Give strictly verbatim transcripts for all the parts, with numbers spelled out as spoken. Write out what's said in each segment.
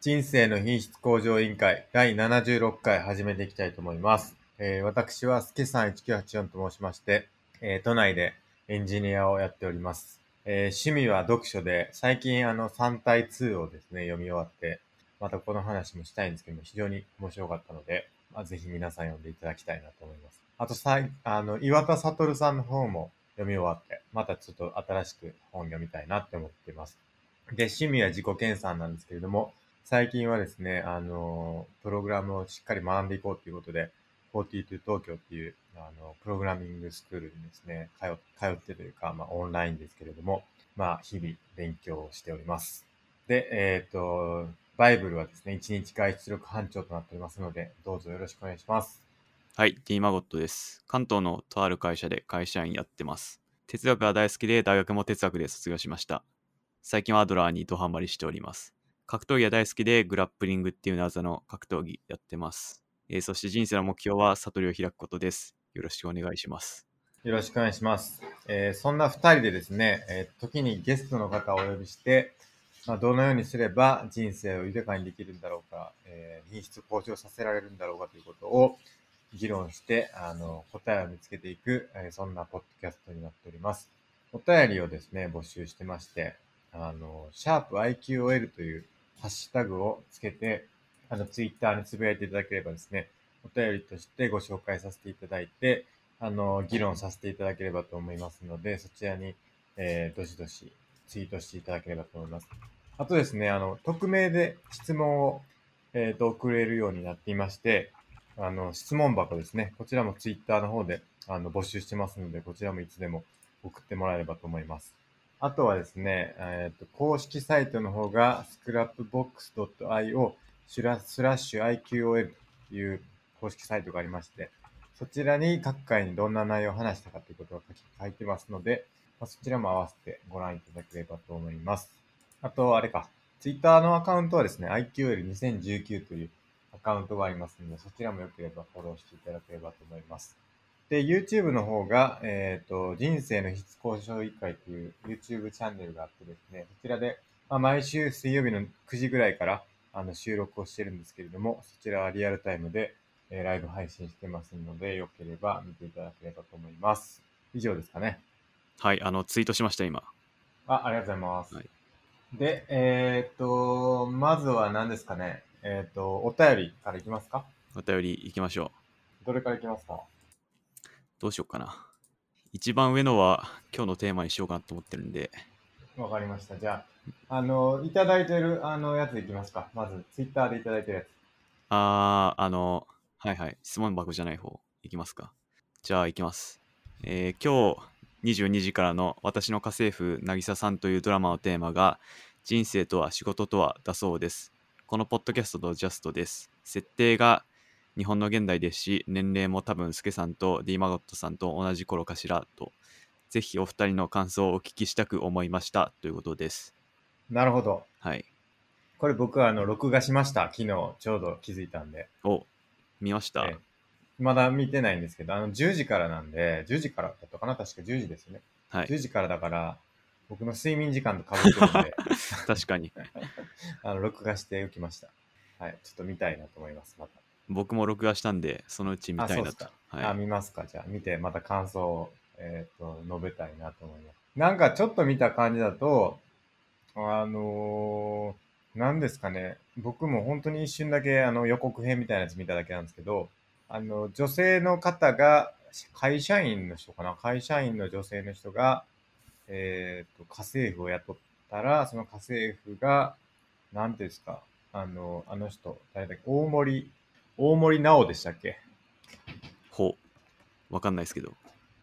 人生の品質向上委員会だいななじゅうろっかい始めていきたいと思います。えー私はすけさんいちきゅうはちよんと申しまして、えー都内でエンジニアをやっております。えー趣味は読書で、最近あのさんたいにをですね、読み終わって、またこの話もしたいんですけども、非常に面白かったので、まあ、ぜひ皆さん読んでいただきたいなと思います。あとさい、あの、岩田悟さんの方も読み終わって、またちょっと新しく本読みたいなって思っています。で、趣味は自己研鑽なんですけれども、最近はですね、あの、プログラムをしっかり学んでいこうということで、フォーティーツー東京っていう、あの、プログラミングスクールにですね、通通ってというか、まあ、オンラインですけれども、まあ、日々勉強をしております。で、えっと、バイブルはですね、一日外出力班長となっておりますので、どうぞよろしくお願いします。 はい、T マゴットです。関東のとある会社で会社員やってます。哲学が大好きで大学も哲学で卒業しました。最近はアドラーにドハマりしております。格闘技が大好きでグラップリングっていう技の格闘技やってます。えーそして人生の目標は悟りを開くことです。よろしくお願いします。 よろしくお願いします。えーそんな二人でですね、えー時にゲストの方をお呼びして、まあ、どのようにすれば人生を豊かにできるんだろうか、えー品質向上させられるんだろうかということを議論して、あの、答えを見つけていく、えーそんなポッドキャストになっております。お便りをですね、募集してまして、あの、シャープ アイキューオーエル というハッシュタグをつけて、あの、ツイッターにつぶやいていただければですね、お便りとしてご紹介させていただいて、あの、議論させていただければと思いますので、そちらに、えー、どしどしツイートしていただければと思います。あとですね、あの、匿名で質問を、えーと、送れるようになっていまして、あの、質問箱ですね。こちらもツイッターの方で、あの、募集してますので、こちらもいつでも送ってもらえればと思います。あとはですね、えっと、公式サイトの方が スクラップボックスドットアイオー スラッシュ アイキューオーエル という公式サイトがありまして、そちらに各回にどんな内容を話したかということが書き書いてますので、まあ、そちらも合わせてご覧いただければと思います。あと、あれか、ツイッターのアカウントはですね、アイキューエルにせんじゅうきゅう というアカウントがありますので、そちらもよければフォローしていただければと思います。で、YouTube の方が、えっと、人生の質向上委員会という YouTube チャンネルがあってですね、そちらで、まあ、毎週水曜日のくじぐらいからあの収録をしてるんですけれども、そちらはリアルタイムで、えーライブ配信してますので、よければ見ていただければと思います。以上ですかね。 はい、あの、ツイートしました、今。 あ、ありがとうございます。 はい、 で、えーっと、まずは何ですかね。えーっと、お便りからいきますか？ お便り行きましょどれからいきますか？ う。どうしようかな。一番上のは今日のテーマにしようかなと思ってるんで、 わかりました。じゃあ、あの、いただいてる、あの、やついきますか。まず、ツイッターでいただいてるやつ。 あー、あの、はいはい、質問箱じゃない方、いきますか。じゃあ、いきます。えー今日にじゅうにじからの私の家政婦渚さんというドラマのテーマが人生とは仕事とはだそうです。このポッドキャストとジャストです。設定が日本の現代ですし、年齢も多分スケさんと D マゴットさんと同じ頃かしらと、ぜひお二人の感想をお聞きしたく思いましたということです。 なるほど。 はい。 これ僕は、あの、録画しました。昨日、ちょうど気づいたんで。 お、見ましええ。 た。 まだ見てないんですけど、あの、じゅうじからなんで、じゅうじからだったかな確かじゅうじですよね。 はい。 じゅうじからだから、僕の睡眠時間と被ってるんで、 確かに。 あの、録画しておきました。はい。ちょっと見たいなと思います、また。 僕も録画したんで、そのうち見あ、 たいなと。 そうですか。あ、 はい。 見ますか。じゃあ、見て、また感想を、えっと、述べたいなと思います。なんか、ちょっと見た感じだと、あのー、なんですかね。僕も本当に一瞬だけ、あの、予告編みたいなやつ見ただけなんですけど、あの、女性の方が、会社員の人かな会社員の女性の人が、えっと、家政婦を雇ったら、その家政婦が、なんていうんですか、あの、あの人、誰だっけ、大森、大森直でしたっけ？ ほう。わかんないですけど。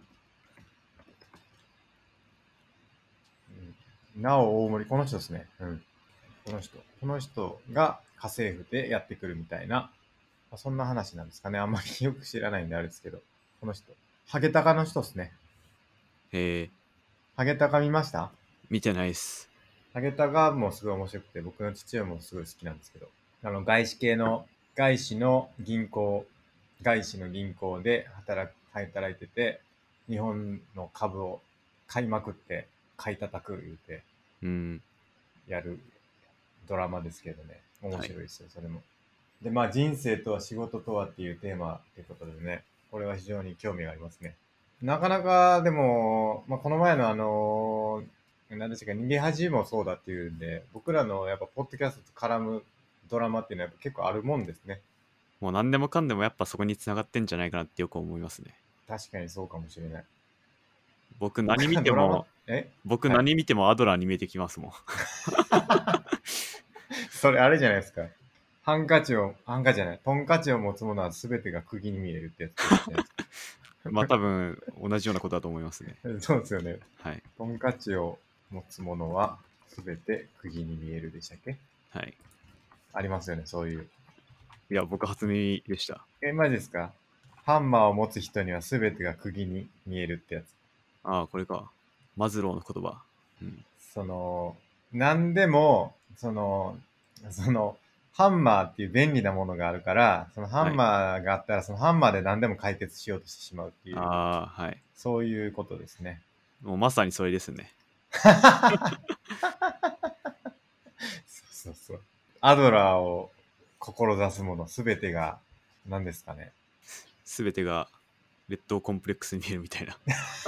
うん、直大森、この人ですね。うん。この人。この人が家政婦でやってくるみたいな、まあ、そんな話なんですかね。あんまりよく知らないんであれですけど。この人。ハゲタカの人ですね。 へえ、 ハゲタカ見ました？ 見てないっす。 ハゲタカもすごい面白くて、僕の父親もすごい好きなんですけど。あの、外資系の、外資の銀行、外資の銀行で働く、働いてて、日本の株を買いまくって、買い叩く言うて、 うん。 やるドラマですけどね。 面白いですよ、それも。で、まあ人生とは仕事とはっていうテーマってことでね、これは非常に興味がありますね。なかなかでも、まあこの前のあのー、何でしたか、逃げ恥もそうだっていうんで、僕らのやっぱポッドキャストと絡むドラマっていうのはやっぱ結構あるもんですね。 もう何でもかんでもやっぱそこに繋がってんじゃないかなってよく思いますね。 確かにそうかもしれない。 僕僕何見てらドラマ、 も、 え僕はい。 何見てもアドラーに見えてきますもん。 それあれじゃないですか。ハンカチを、ハンカチじゃない、トンカチを持つものは全てが釘に見えるってやつじゃないですまあ多分同じようなことだと思いますね。 か。そうですよね。 はい。 トンカチを持つものは全て釘に見えるでしたっけ？ はい。 ありますよね、そういう。 いや、僕初耳でした。 え、マジですか？ハンマーを持つ人には全てが釘に見えるってやつ。 ああ、これか。マズローの言葉。うん。 その、何でも、その、その、ハンマーっていう便利なものがあるから、そのハはい。 ンマーがあったら、そのハンマーで何でも解決しようとしてしまうっていう、 ああ、はい。 そういうことですね。 もうまさにそれですね。 そうそうそう。アドラーを志すものすべてが何ですかね。 すべてが劣等コンプレックスに見えるみたいな。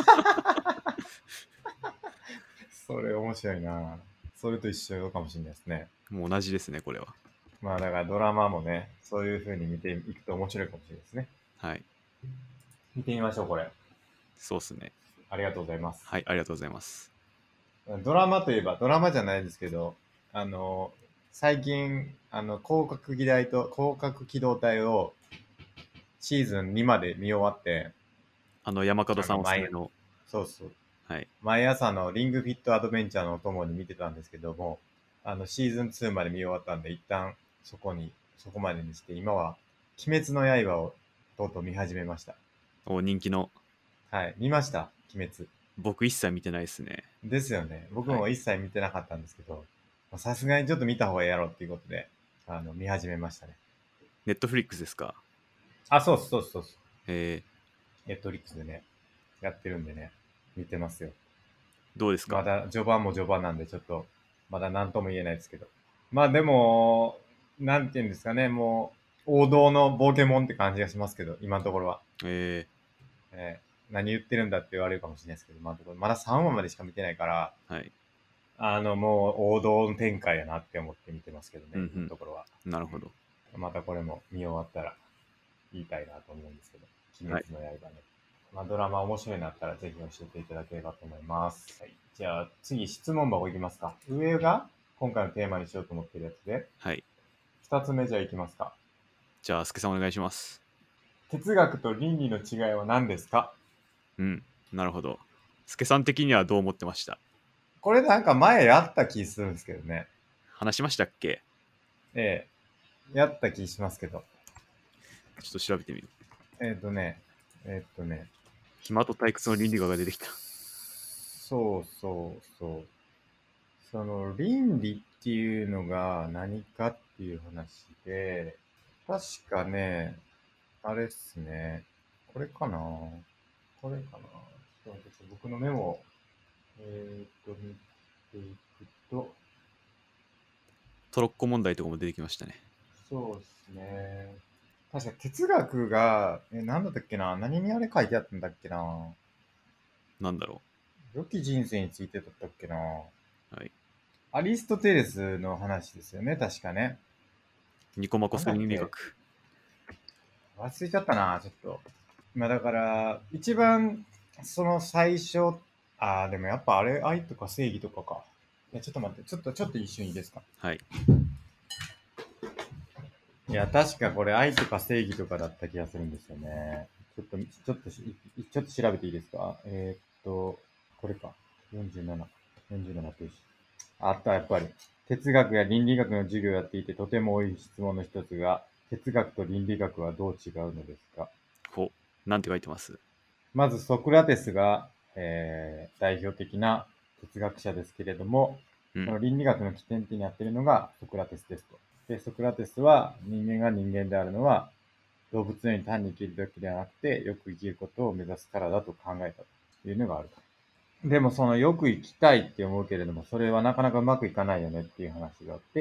それ面白いな。それと一緒かもしれないですね。 もう同じですね、これは。 まあだからドラマもね、そういう風に見ていくと面白いかもしれないですね。 はい。 見てみましょう、これ。 そうっすね。 ありがとうございます。 はい、ありがとうございます。 ドラマといえば、ドラマじゃないですけど、あの、最近、あの、広角機動と、広角機動隊をシーズンにまで見終わって、 あの、山門あの、 さんおすすめ毎、 の、 そうそう、 はい。 毎朝のリングフィットアドベンチャーのお供に見てたんですけども、あの、シーズンツーまで見終わったんで、一旦そこに、そこまでにして、今は、鬼滅の刃をとうとう見始めました。 お人気の、 はい、見ました、鬼滅。 僕一切見てないですね。 ですよね。僕はい。 も一切見てなかったんですけど、さすがにちょっと見た方がいいやろっていうことで、あの、見始めましたね。 ネットフリックスですか？ あ、そうそうそうそう。 えネットフリックスでね、やってるんでね、見てますよ。 ー、どうですか？ まだ序盤も序盤なんで、ちょっと、まだ何とも言えないですけど。まあでも、なんて言うんですかね、もう、王道のポケモンって感じがしますけど、今のところは。 ええー何言ってるんだって言われるかもしれないですけど、今のところ、まださんわまでしか見てないから、 ー、はい。 あの、もう王道展開やなって思って見てますけどね、 うん今のところは。 うん。なるほど。 またこれも見終わったら言いたいなと思うんですけど、鬼はい。 滅の刃ね。まあ、ドラマ面白いなったらぜひ教えていただければと思います。はい。じゃあ次質問箱いきますか。上が今回のテーマにしようと思ってるやつで、 はい。 二つ目じゃあいきますか。 じゃあ、すけさんお願いします。 哲学と倫理の違いは何ですか？ うん。なるほど。すけさん的にはどう思ってました？ これなんか前やった気するんですけどね。 話しましたっけ？ ええ、やった気しますけど。 ちょっと調べてみる。 えっ、とね、えっ、とね、 暇と退屈の倫理学が出てきた。 そうそうそう。その倫理っていうのが何かっていう話で、確かね、あれっすね。これかなこれかなちょっと待ってください、僕のメモを、えーっと、見ていくと、 トロッコ問題とかも出てきましたね。 そうですね。確か哲学が、え、なんだったっけな何にあれ書いてあったんだっけななんだろ良き人生についてだったっけなう。はい。 アリストテレスの話ですよね、確かね。 ニコマコス倫理なんだっけ学。 忘れちゃったな、ちょっと。まあだから、一番、その最初、ああ、でもやっぱあれ、愛とか正義とかか。いや、ちょっと待って、ちょっと、ちょっと一瞬いいですか。 はい。 いや、確かこれ愛とか正義とかだった気がするんですよね。ちょっと、ちょっとし、ちょっと調べていいですか。えーっと、これか。よんじゅうなな。よんじゅうななページ。あった、やっぱり。哲学や倫理学の授業をやっていて、とても多い質問の一つが、哲学と倫理学はどう違うのですか。 ほ、なんて書いてます？ まずソクラテスが、えー代表的な哲学者ですけれども、 うん。 その倫理学の起点になっているのがソクラテスですと。で、ソクラテスは人間が人間であるのは動物のように単に生きるだけではなくて、よく生きることを目指すからだと考えたというのがあると。でもそのよく生きたいって思うけれども、それはなかなかうまくいかないよねっていう話があって、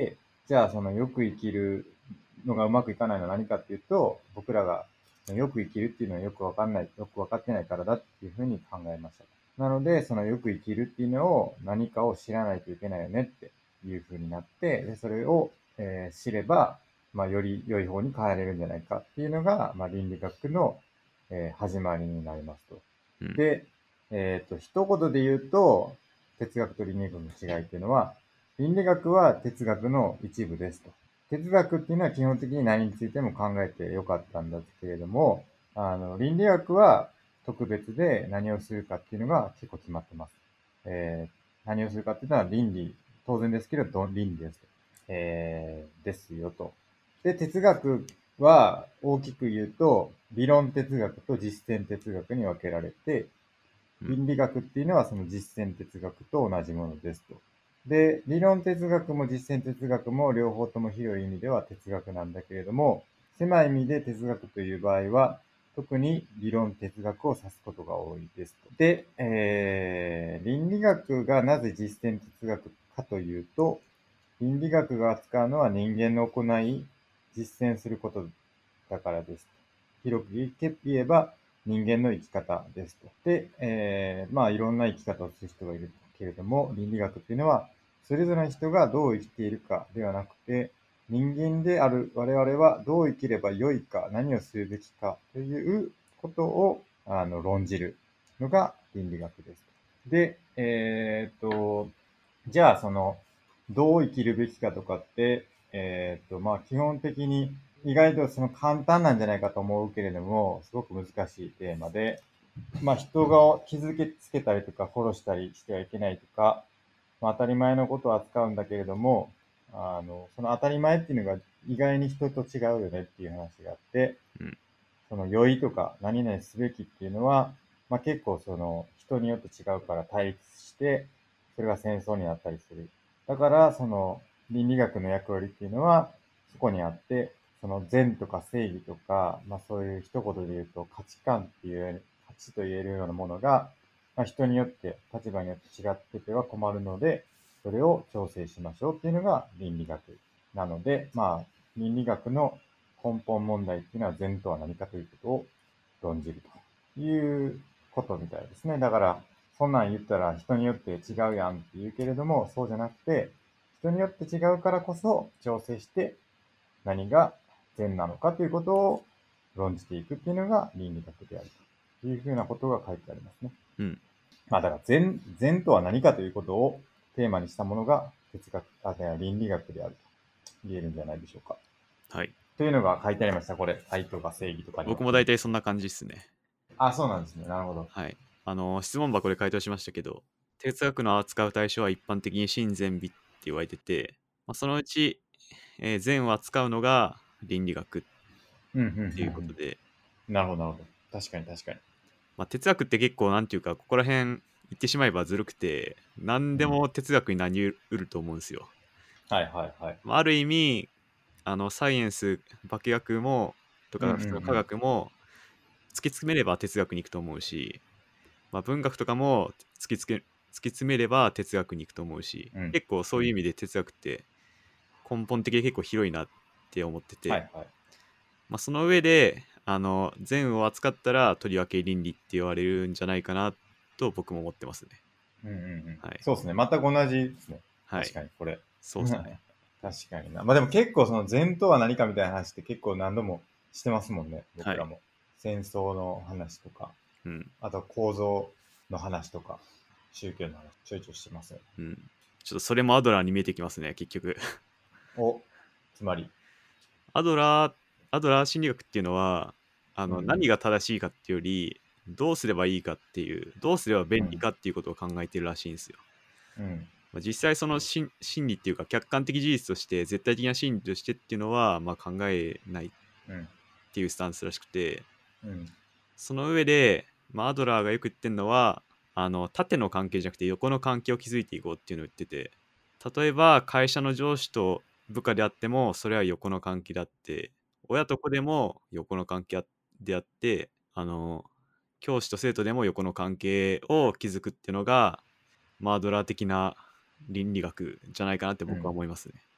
じゃあそのよく生きるのがうまくいかないのは何かっていうと、僕らがよく生きるっていうのはよくわかんない、よくわかってないからだっていうふうに考えました。なので、そのよく生きるっていうのを何かを知らないといけないよねっていうふうになって、で、それを、えー知れば、まあ、より良い方に変えれるんじゃないかっていうのが、まあ、倫理学の、えー始まりになりますと。 うんで、えっと、一言で言うと、哲学と倫理学の違いっていうのは、倫理学は哲学の一部ですと。哲学っていうのは基本的に何についても考えてよかったんだけれども、あの、倫理学は特別で何をするかっていうのが結構決まってます。えー何をするかっていうのは倫理、当然ですけど、ど倫理ですと。えーですよと。で、哲学は大きく言うと、理論哲学と実践哲学に分けられて、 うん倫理学っていうのはその実践哲学と同じものですと。で、理論哲学も実践哲学も両方とも広い意味では哲学なんだけれども、狭い意味で哲学という場合は、特に理論哲学を指すことが多いですと。で、えー、倫理学がなぜ実践哲学かというと、倫理学が扱うのは人間の行い、実践することだからです。広く言えば人間の生き方ですと。で、えー、まあいろんな生き方をする人がいるけれども、倫理学っていうのは、それぞれの人がどう生きているかではなくて、人間である我々はどう生きればよいか、何をするべきかということをあの論じるのが倫理学です。で、えーっと、じゃあその、どう生きるべきかとかって、えーっと、まあ基本的に意外とその簡単なんじゃないかと思うけれども、すごく難しいテーマで、まあ人が傷つけたりとか殺したりしてはいけないとか、まあ当たり前のことを扱うんだけれども、あの、その当たり前っていうのが意外に人と違うよねっていう話があって、 うんその良いとか何々すべきっていうのは、まあ結構その人によって違うから対立して、それが戦争になったりする。だから、その倫理学の役割っていうのはそこにあって、その善とか正義とか、まあそういう一言で言うと価値観っていう、価値と言えるようなものが、まあ人によって、立場によって違ってては困るので、それを調整しましょうっていうのが倫理学なので、まあ倫理学の根本問題っていうのは善とは何かということを論じるということみたいですね。だから、そんなん言ったら人によって違うやんって言うけれども、そうじゃなくて、人によって違うからこそ調整して何が善なのかということを論じていくっていうのが倫理学であるというふうなことが書いてありますね。 うんまあだから善、善とは何かということをテーマにしたものが哲学、あ、じゃあ倫理学であると言えるんじゃないでしょうか。 はい。 というのが書いてありました。これ、愛とか正義とかに僕も大体そんな感じですね。 あ、そうなんですね。なるほど。 はい。あの、質問箱で回答しましたけど、哲学の扱う対象は一般的に真善美って言われてて、まあ、そのうち、えー善を扱うのが倫理学っうん、うん、うん。 ていうことで、 なるほど、なるほど。確かに、確かに。 まあ、哲学って結構なんていうか、ここら辺言ってしまえばずるくて、何でも哲学になりうると思うんですよ。 はい、はい、はい。 まあ、ある意味、あのサイエンス、化学もとうん、うか普通の科ん、うん。 学も突き詰めれば哲学に行くと思うし、まあ、文学とかも突きつけ突き詰めれば哲学に行くと思うし、 うん。 結構そういう意味で哲学って根本的で結構広いなって思ってて、 はい、はい。 まあ、その上であの善を扱ったらとりわけ倫理って言われるんじゃないかなと僕も思ってますね。 うん、うん、うん。 はい。 そうですね。全く同じですね。 はい。 確かに、これ。 そうですね。 確かにな。まあでも結構その善とは何かみたいな話って結構何度もしてますもんね。 はい。 僕らも。戦争の話とか、 うん。 あと構造の話とか、宗教の話、ちょいちょいしてますよ。 うん。ちょっとそれもアドラーに見えてきますね、結局。 お、つまり。 アドラー、アドラー心理学っていうのは、あの、 うん、うん。 何が正しいかっていうより、どうすればいいかっていう、どうすれば便利うん、 かっていうことを考えてるらしいんですよ。 うん。 まあ、実際その心心理っていうか客観的事実として絶対的な真理としてっていうのはまあ考えないっうん。 ていうスタンスらしくて、 うん。 その上で、まあ、アドラーがよく言ってるのはあの縦の関係じゃなくて横の関係を築いていこうっていうのを言ってて、例えば会社の上司と部下であってもそれは横の関係であって、親と子でも横の関係であって、あの教師と生徒でも横の関係を築くっていうのが、まあ、アドラー的な倫理学じゃないかなって僕は思いますね。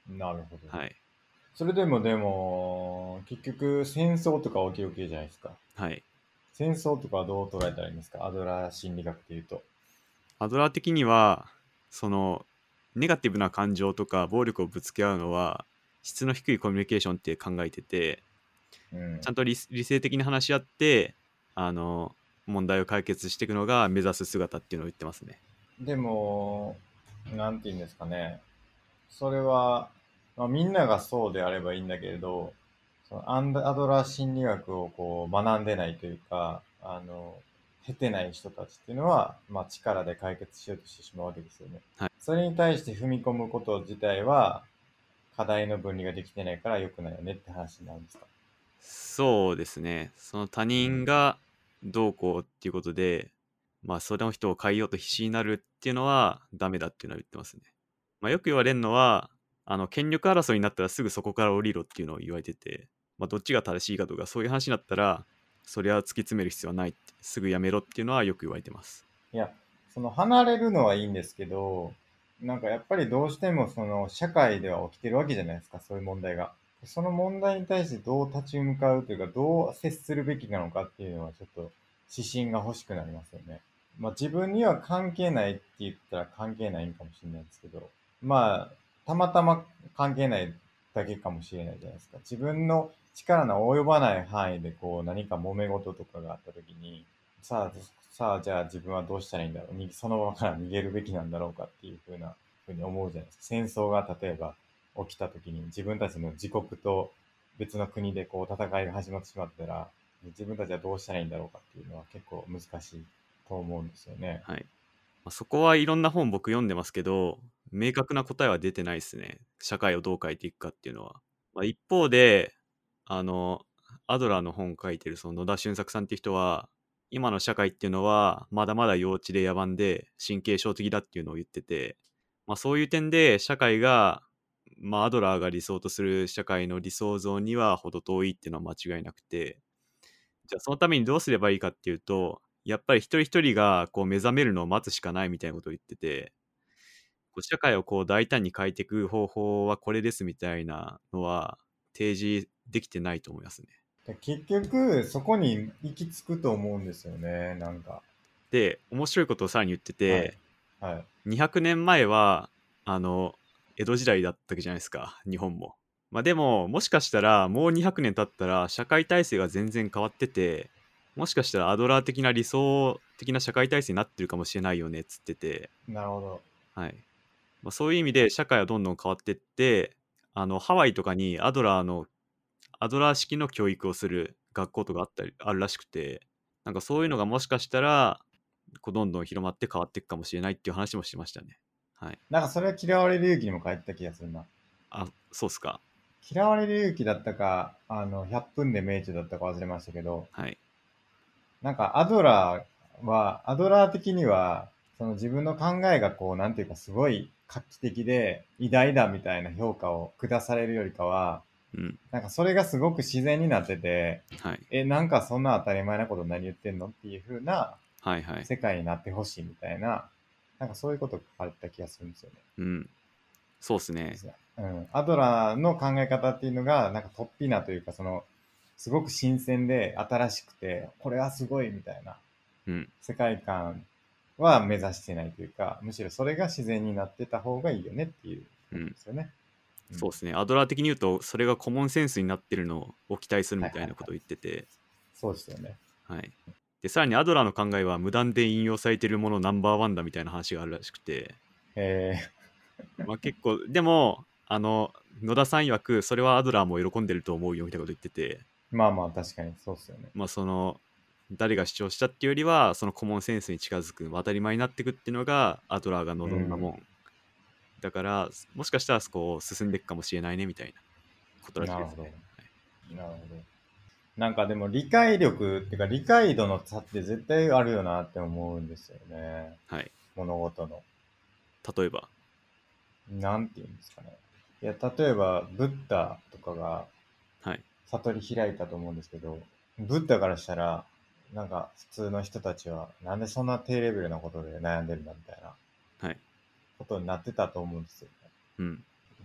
なるほど。 はい。 それでもでも、結局戦争とか起きるわけじゃないですか。 はい。 戦争とかはどう捉えたらいいんですか、アドラー心理学でいうと。 アドラー的には、その、ネガティブな感情とか暴力をぶつけ合うのは、質の低いコミュニケーションって考えてて、 うん。 ちゃんと理理性的に話し合って、あの、問題を解決していくのが目指す姿っていうのを言ってますね。 でも、なんて言うんですかね。それは、まあ、みんながそうであればいいんだけれど、そのアンダアドラー心理学をこう学んでないというか、あの、経てない人たちっていうのは、まあ、力で解決しようとしてしまうわけですよね。 はい。 それに対して踏み込むこと自体は、課題の分離ができてないから良くないよねって話になるんですか。 そうですね。その他うん。 人がどうこうっていうことで、まあ、その人を変えようと必死になるっていうのはダメだっていうのは言ってますね。まあ、よく言われるのは、あの、権力争いになったらすぐそこから降りろっていうのを言われてて、まあ、どっちが正しいかとか、そういう話になったら、それは突き詰める必要はないって、すぐやめろっていうのはよく言われてます。 いや、その離れるのはいいんですけど、なんかやっぱりどうしてもその社会では起きてるわけじゃないですか、そういう問題が。その問題に対してどう立ち向かうというか、どう接するべきなのかっていうのはちょっと指針が欲しくなりますよね。まあ自分には関係ないって言ったら関係ないんかもしれないですけど、まあ、たまたま関係ないだけかもしれないじゃないですか。自分の力の及ばない範囲でこう何か揉め事とかがあった時に、さあ、さあ、じゃあ自分はどうしたらいいんだろう。にその場から逃げるべきなんだろうかっていうふうな、ふうに思うじゃないですか。戦争が例えば起きた時に自分たちの自国と別の国でこう戦いが始まってしまったら、自分たちはどうしたらいいんだろうかっていうのは結構難しいと思うんですよね。 はい。まあ、そこはいろんな本僕読んでますけど、明確な答えは出てないですね。社会をどう変えていくかっていうのは。まあ、一方で、あの、アドラーの本を書いてるその野田俊作さんっていう人は、今の社会っていうのはまだまだ幼稚で野蛮で神経症的だっていうのを言ってて、まあ、そういう点で社会が、まあ、アドラーが理想とする社会の理想像には程遠いっていうのは間違いなくて、じゃあそのためにどうすればいいかっていうと、やっぱり一人一人がこう目覚めるのを待つしかないみたいなことを言ってて、こう社会をこう大胆に変えていく方法はこれですみたいなのは提示できてないと思いますね。 で結局、そこに行き着くと思うんですよね、なんか。 で、面白いことをさらに言ってはい。 て、 はい。 にひゃくねんまえは、あの、江戸時代だったわけじゃないですか、日本も。まあでも、もしかしたらもうにひゃくねん経ったら社会体制が全然変わってて、もしかしたらアドラー的な理想的な社会体制になってるかもしれないよねっつってて、 なるほど。 はい。まあ、そういう意味で社会はどんどん変わってって、あの、ハワイとかにアドラーの、アドラー式の教育をする学校とかあったり、あるらしくて、なんかそういうのがもしかしたら、こうどんどん広まって変わっていくかもしれないっていう話もしましたね。はい。 なんかそれは嫌われる勇気にも書いてた気がするな。 あ、そうっすか。 嫌われる勇気だったか、あの、ひゃっぷんで名著だったか忘れましたけど、 はい。 なんかアドラーは、アドラー的には、その自分の考えがこう、なんていうかすごい画期的で偉大だみたいな評価を下されるよりかは、 うん。 なんかそれがすごく自然になってて、 はい。 え、なんかそんな当たり前なこと何言ってんのっていう風なはいはい。 世界になってほしいみたいな、なんかそういうことが書かれてた気がするんですよね。 うん。そうっすね。 うん、アドラーの考え方っていうのが、なんか突飛なというか、その、すごく新鮮で新しくて、これはすごいみたいなうん。 世界観は目指してないというか、むしろそれが自然になってた方がいいよねっていううん。 ことですよね。うん。 そうですね。アドラー的に言うと、それがコモンセンスになってるのを期待するはいはいはい。 みたいなことを言ってて、 そうですよね。 はい。で、さらにアドラーの考えは無断で引用されているものナンバーワンだみたいな話があるらしくて、 えまあ、結構、でも、あの、野田さん曰く、それはアドラーも喜んでると思うよみたいなこと言ってて、 ー、まあまあ確かにそうですよね。 まあ、その、誰が主張したっていうよりは、そのコモンセンスに近づく、当たり前になっていくっていうのが、アドラーがうん。 望んだもん。だから、もしかしたらそこを進んでいくかもしれないねみたいなことらしいなるほど。 ですね。 なるほど。なんかでも理解力っていうか理解度の差って絶対あるよなって思うんですよね。 はい。はい。 物事の。 例えば、 なんていうんですかね。いや、例えば、ブッダとかがはい。 悟り開いたと思うんですけど、ブッダからしたら、なんか普通の人たちは、なんでそんな低レベルなことで悩んでるんだみたいなはい。 ことになってたと思うんですよね。 うん。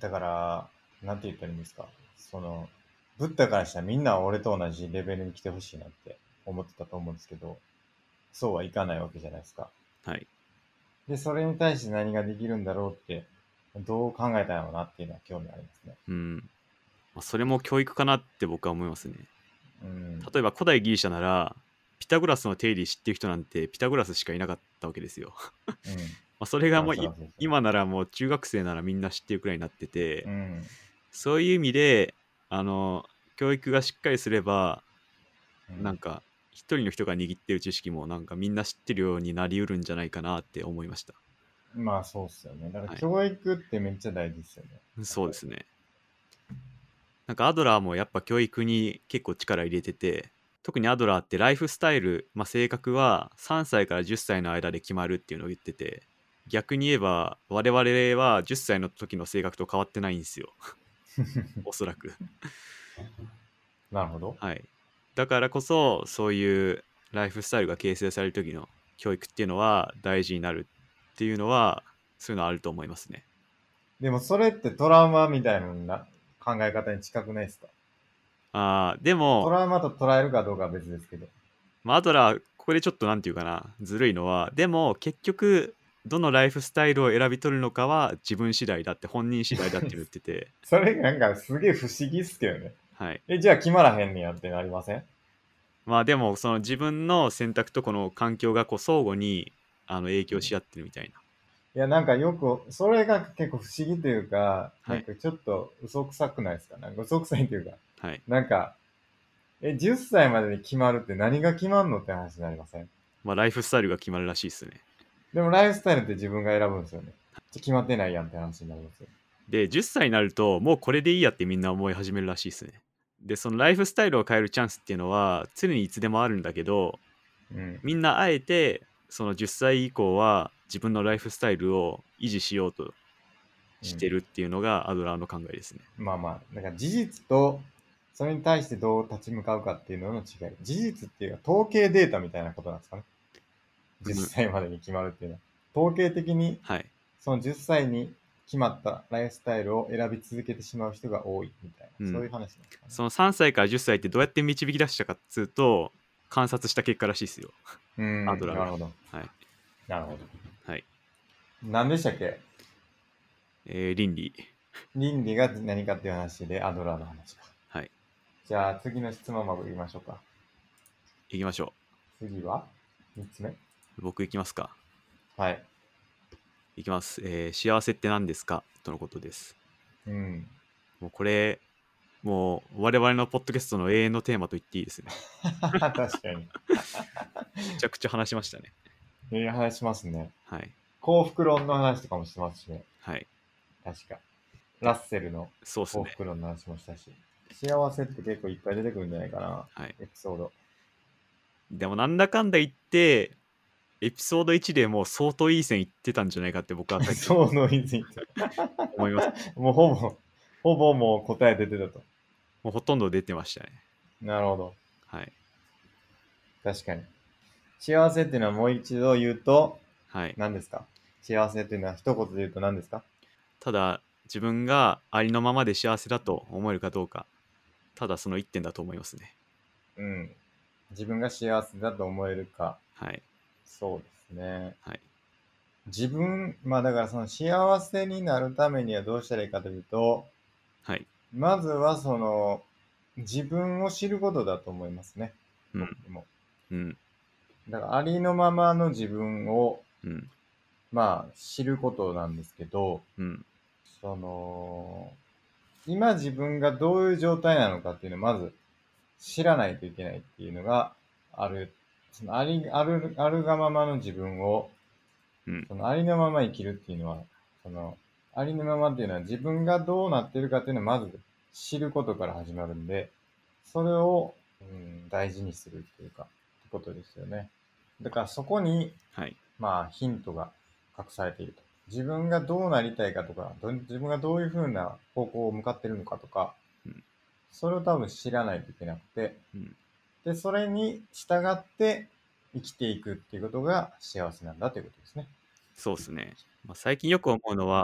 だから、なんて言ったらいいんですか。その、ブッダからしたらみんな俺と同じレベルに来てほしいなって思ってたと思うんですけど、そうはいかないわけじゃないですか。 はい。 で、それに対して何ができるんだろうって、どう考えたんやろうなっていうのは興味ありますね。 うん。まあ、それも教育かなって僕は思いますね。 うん。 例えば古代ギリシャなら、ピタゴラスの定理知ってる人なんてピタゴラスしかいなかったわけですよ。まうん。 あそれがまあ、 もういそらそうですよね。 今ならもう中学生ならみんな知ってるくらいになってて、 うん。 そういう意味で、あの、教育がしっかりすれば、 うんなんか一人の人が握ってる知識もなんかみんな知ってるようになりうるんじゃないかなって思いました。 まあそうっすよね。だからはい。 教育ってめっちゃ大事ですよね。 そうですね。なんかアドラーもやっぱ教育に結構力入れてて、特にアドラーってライフスタイル、まあ、性格はさんさいからじゅっさいの間で決まるっていうのを言ってて、逆に言えば我々はじゅっさいの時の性格と変わってないんですよ。おそらく。 なるほど。 はい。だからこそそういうライフスタイルが形成される時の教育っていうのは大事になるっていうのは、そういうのはあると思いますね。 でもそれってトラウマみたいな考え方に近くないですか？ あーでトも、 ラウマと捉えるかどうかは別ですけど。 まあ、アドラー、ここでちょっとなんていうかな、ずるいのは、でも結局、どのライフスタイルを選び取るのかは自分次第だって、本人次第だって言ってて、 それなんかすげえ不思議っすけどね。 はい。 え、じゃあ決まらへんねやってなりません？ まあでも、その自分の選択とこの環境がこう相互にあの影響し合ってるみたいな。 いや、なんかよく、それが結構不思議というか、 はい。 なんかちょっと嘘くさくないですか？なんか嘘くさいというか、 はい。 なんか、え、じゅっさいまでに決まるって何が決まんのって話になりません？ まあライフスタイルが決まるらしいですね。 でもライフスタイルって自分が選ぶんですよね。決まってないやんって話になりますよ。 で、じゅっさいになると、もうこれでいいやってみんな思い始めるらしいですね。で、そのライフスタイルを変えるチャンスっていうのは、常にいつでもあるんだけど、 うん。 みんなあえてそのじゅっさい以降は自分のライフスタイルを維持しようとしてるっていうのがアドラーの考えですね。 まあまあ、だから事実と、それに対してどう立ち向かうかっていうのの違い。事実っていうか、統計データみたいなことなんですかね。10 うん、 歳までに決まるっていうのは。統計的に、 はい。 そのじゅっさいに決まったライフスタイルを選び続けてしまう人が多いみたいな、そういううん。 話なんですかね。 そのさんさいからじゅっさいってどうやって導き出したかっつうと、観察した結果らしいですよ。 うーん、 アドラーが。 なるほど。 はい。 なるほど。 はい。 何でしたっけ？ えー倫理。 倫理が何かっていう話で、アドラーの話か。 はい。 じゃあ次の質問箱行きましょうか。 いきましょ次は ?みっ つ目。 う。僕いきますか。 はい。 いきます。えー幸せって何ですかとのことです。 うん。 もうこれ、もう我々のポッドキャストの永遠のテーマと言っていいですね。 確かに。 めちゃくちゃ話しましたね。 ええ話しますね。 はい。 幸福論の話とかもしてますしね。 はい。 確か。 でラッセルのそうっすね。 幸福論の話もしたし。幸せって結構いっぱい出てくるんじゃないかな。 はい。 エピソード。 でもなんだかんだ言ってエピソードいちでもう相当いい線いってたんじゃないかって僕は最近そうの以前思います。 もうほぼ、ほぼもう答え出てたと。 もうほとんど出てましたね。 なるほど。 はい。 確かに。幸せっていうのはもう一度言うと、 はい。 何ですか？幸せっていうのは一言で言うと何ですか？ ただ自分がありのままで幸せだと思えるかどうか、ただその一点だと思いますね。 うん。自分が幸せだと思えるか。 はい。 そうですね。 はい。 自分、まあだからその幸せになるためにはどうしたらいいかというと、 はい。 まずはその自分を知ることだと思いますね。僕うん。 も。 うん。 だからありのままの自分をうん。 まあ知ることなんですけど、 うん。 その、今自分がどういう状態なのかっていうのをまず知らないといけないっていうのがある。そのあり、ある、あるがままの自分を、 うん。 そのありのまま生きるっていうのは、その、ありのままっていうのは自分がどうなってるかっていうのをまず知ることから始まるんで、それを、うん、大事にするっていうか、ってことですよね。だからそこに、 はい。 まあヒントが隠されていると。自分がどうなりたいかとか、ど自分がどういう風な方向を向かってるのかとか、 うん。 それを多分知らないといけなくて、 うん。 で、それに従って生きていくっていうことが幸せなんだということですね。 そうですね。まあ、最近よく思うのは、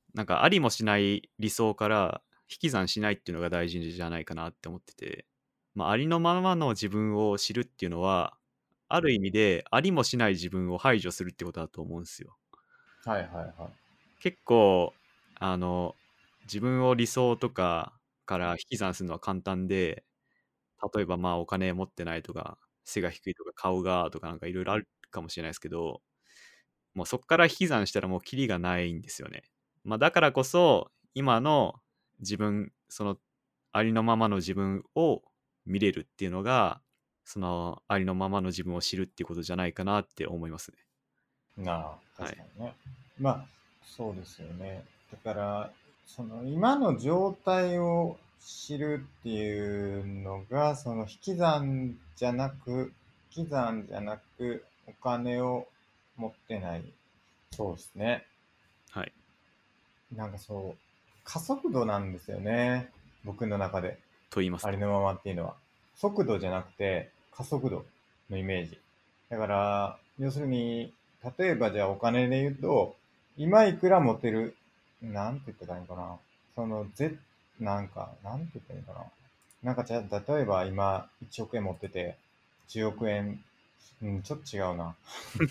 なんかありもしない理想から引き算しないっていうのが大事じゃないかなって思ってて、まあ、ありのままの自分を知るっていうのはある意味でありもしない自分を排除するってことだと思うんですよ。 はいはいはい。 結構あの自分を理想とかから引き算するのは簡単で、例えばまあお金持ってないとか背が低いとか顔がとかなんかいろいろあるかもしれないですけど、もうそこから引き算したらもうキリがないんですよね。まあ、だからこそ今の自分、そのありのままの自分を見れるっていうのが、そのありのままの自分を知るっていうことじゃないかなって思いますね。 なあ、 はい。 確かにね。まあ、そうですよね。だから、その今の状態を知るっていうのが、その引き算じゃなく、引き算じゃなく、お金を持ってない。そうですね。 はい。 なんかそう、加速度なんですよね。僕の中で。 と言いますと。 ありのままっていうのは。速度じゃなくて、加速度のイメージ。だから、要するに、例えばじゃあお金で言うと、今いくら持てる、なんて言ったらいいのかな。その、ぜ、なんか、なんて言ったらいいのかな。なんかじゃあ、例えば今いちおく円持ってて、じゅうおく円、うん、ちょっと違うな。